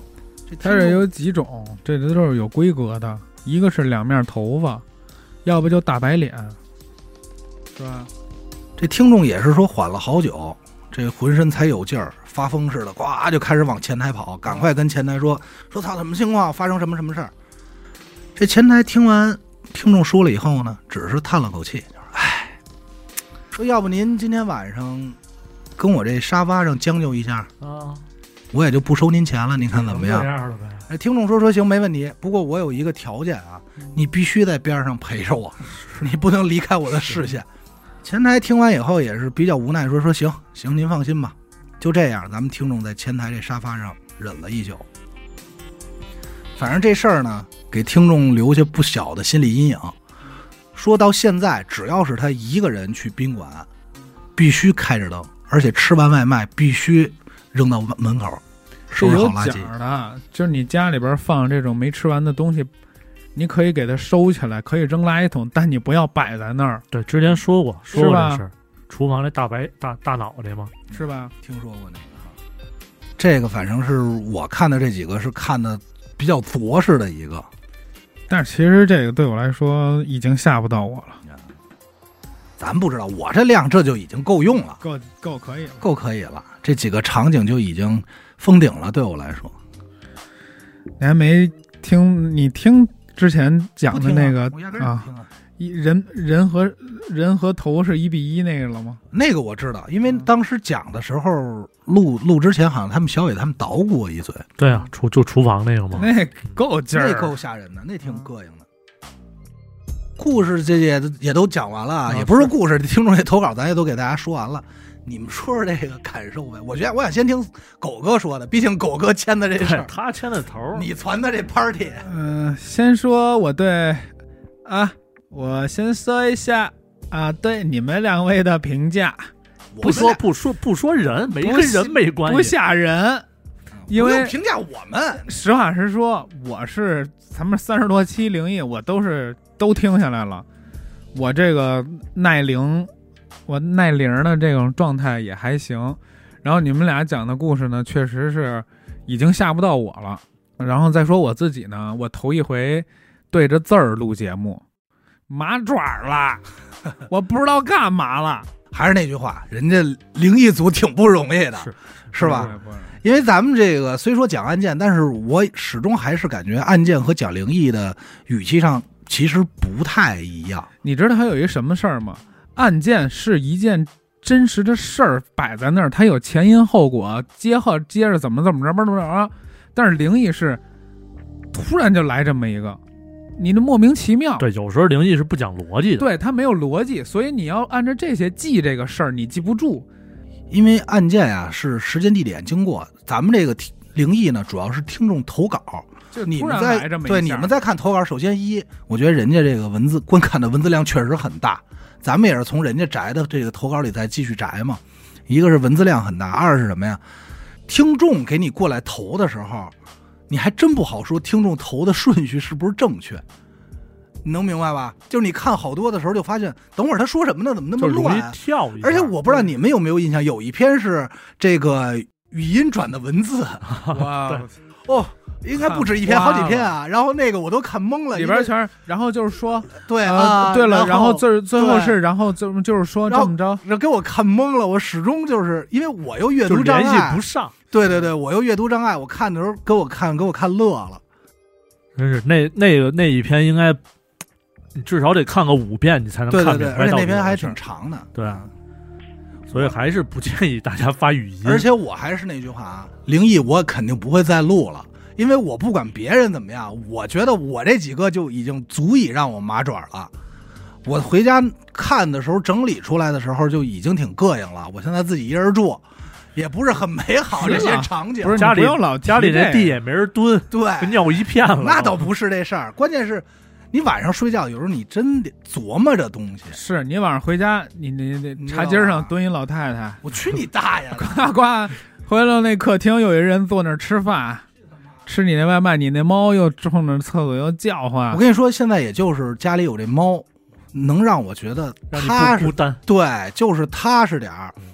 这它这有几种，这都是有规格的，一个是两面头发，要不就大白脸，是吧？ 这听众也是说缓了好久，这浑身才有劲儿，发疯似的，呱就开始往前台跑，赶快跟前台说说操，什么情况？发生什么什么事儿？这前台听完听众说了以后呢，只是叹了口气，唉，说要不您今天晚上跟我这沙发上将就一下啊， 我也就不收您钱了，您看怎么样？ 这样了呗。 哎，听众说说行，没问题。不过我有一个条件啊，你必须在边上陪着我，你不能离开我的视线。前台听完以后也是比较无奈，说说行行，您放心吧，就这样。咱们听众在前台这沙发上忍了一宿。反正这事儿呢，给听众留下不小的心理阴影。说到现在，只要是他一个人去宾馆，必须开着灯，而且吃完外卖必须扔到门口，收拾好垃圾。 是有奖的，就是你家里边放这种没吃完的东西，你可以给它收起来，可以扔垃圾桶，但你不要摆在那儿。 对，之前说过说过是吧这事儿，厨房那大白大大脑袋嘛， 是吧？ 听说过那个哈，这个反正是我看的这几个是看的比较着实的一个。 但是其实这个对我来说已经吓不到我了， 咱不知道，我这量这就已经够用了， 够够可以了， 够可以了。这几个场景就已经封顶了，对我来说。 你还没听？你听之前讲的那个我压根儿不听啊， 一人人和人和头是一比一那个了吗？ 那个我知道，因为当时讲的时候录录之前，好像他们小伟他们捣鼓过一嘴。 对啊，厨就厨房那个嘛， 那够劲儿， 那够吓人的，那挺膈应的。故事这也也都讲完了， 啊也不是故事，听众这投稿咱也都给大家说完了。你们说说这个感受呗？我觉得我想先听狗哥说的，毕竟狗哥签的这事儿， 他牵的头， 你传的这 party。 嗯、呃，先说我对啊，我先说一下啊，对你们两位的评价， 不说不说不说人，没跟人没关系， 不吓人，因为评价我们。 实话实说，我是咱们三十多期灵异，我都是都听下来了，我这个耐灵。我耐铃的这种状态也还行，然后你们俩讲的故事呢，确实是已经吓不到我了。然后再说我自己呢，我头一回对着字儿录节目，麻爪了，我不知道干嘛了。 还是那句话，人家灵异组挺不容易的， 是是吧？因为咱们这个虽说讲案件，但是我始终还是感觉案件和讲灵异的语气上其实不太一样。 你知道还有一什么事儿吗？案件是一件真实的事儿摆在那儿，它有前因后果，接后接着怎么怎么着怎么着，但是灵异是突然就来这么一个，你的莫名其妙。 对，有时候灵异是不讲逻辑的， 对，它没有逻辑，所以你要按照这些记这个事儿，你记不住。 因为案件啊是时间地点经过，咱们这个灵异呢主要是听众投稿， 就你们在对你们在看投稿，首先一，我觉得人家这个文字观看的文字量确实很大。咱们也是从人家摘的这个投稿里再继续摘嘛，一个是文字量很大，二是什么呀？听众给你过来投的时候，你还真不好说听众投的顺序是不是正确，你能明白吧？就是你看好多的时候就发现，等会儿他说什么呢？怎么那么乱？ 容易跳一下。 而且我不知道你们有没有印象，有一篇是这个语音转的文字， 哇哦。应该不止一篇，好几篇啊！然后那个我都看懵了， 里边全是，然后就是说， 对啊， 呃、对了，然后, 然后最最后是，然后就就是说这么着， 给我看懵了。我始终就是因为我又阅读障碍， 联系不上。 对对对，我又阅读障碍，我看的时候给我看给我看乐了。 真是那那个那一篇应该，你至少得看个五遍，你才能看明白。 对对对，而且那篇还挺长的。 对。所以还是不建议大家发语音。 而且我还是那句话啊，灵异我肯定不会再录了。因为我不管别人怎么样，我觉得我这几个就已经足以让我麻爪了。我回家看的时候，整理出来的时候就已经挺膈应了。我现在自己一人住，也不是很美好这些场景。 不是家里老家里那地也没人蹲， 对， 尿一片了。 那倒不是这事儿，关键是你晚上睡觉有时候你真得琢磨着东西。 是你晚上回家，你你你茶几上蹲一老太太， 我去你大爷的！ 呱呱，回来那客厅有一人坐那儿吃饭。吃你那外卖，你那猫又冲着厕所又叫唤。 我跟你说，现在也就是家里有这猫，能让我觉得踏实。 孤单。 对，就是踏实点儿。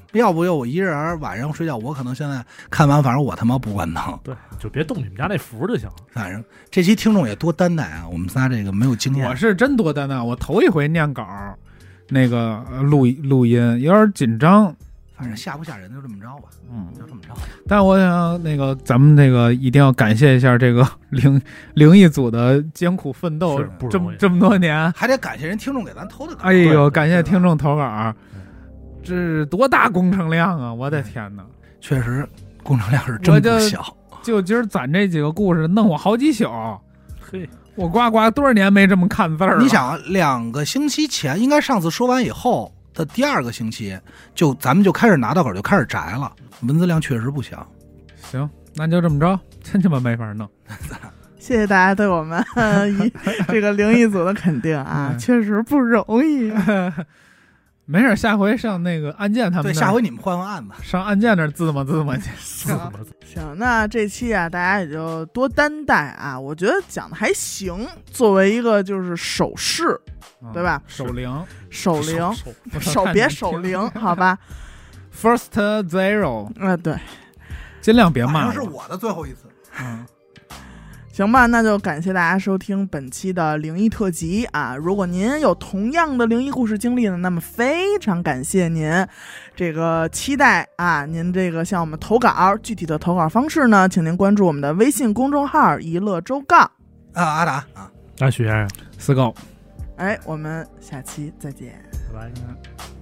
要不就我一人晚上睡觉，我可能现在看完，反正我他妈不关灯。 对，就别动你们家那符就行。 反正这期听众也多担待啊，我们仨这个没有经验。 我是真多担待，我头一回念稿，那个录录音有点紧张。 反正吓不吓人就这么着吧， 嗯， 就这么着。 但我想那个咱们那个一定要感谢一下这个灵灵异组的艰苦奋斗，这么这么多年， 还得感谢人听众给咱投的稿。 哎呦，感谢听众投稿，这是多大工程量啊！我的天哪， 确实工程量是真不小。 就今儿攒这几个故事，弄我好几宿。 嘿， 我呱呱多少年没这么看字儿了。 你想啊，两个星期前，应该上次说完以后的第二个星期，就咱们就开始拿到稿，就开始摘了，文字量确实不小。 行，那就这么着，真他妈没法弄。 谢谢大家对我们一这个灵异组的肯定啊，确实不容易。 没事，下回上那个案件他们对，下回你们换换案子， 上案件那儿滋嘛滋嘛去。 行行，那这期啊，大家也就多担待啊。我觉得讲的还行，作为一个就是手势， 嗯、 对吧？ 手铃， 手铃， 手手别手铃，好吧 ？First zero， 啊、呃，对， 尽量别骂我。 是我的最后一次。 嗯。 行吧，那就感谢大家收听本期的灵异特辑啊！如果您有同样的灵异故事经历呢，那么非常感谢您，这个期待啊，您这个向我们投稿。具体的投稿方式呢，请您关注我们的微信公众号“一乐周告”。 啊，阿达啊， 那许先生， 四狗， 哎，我们下期再见， 拜拜。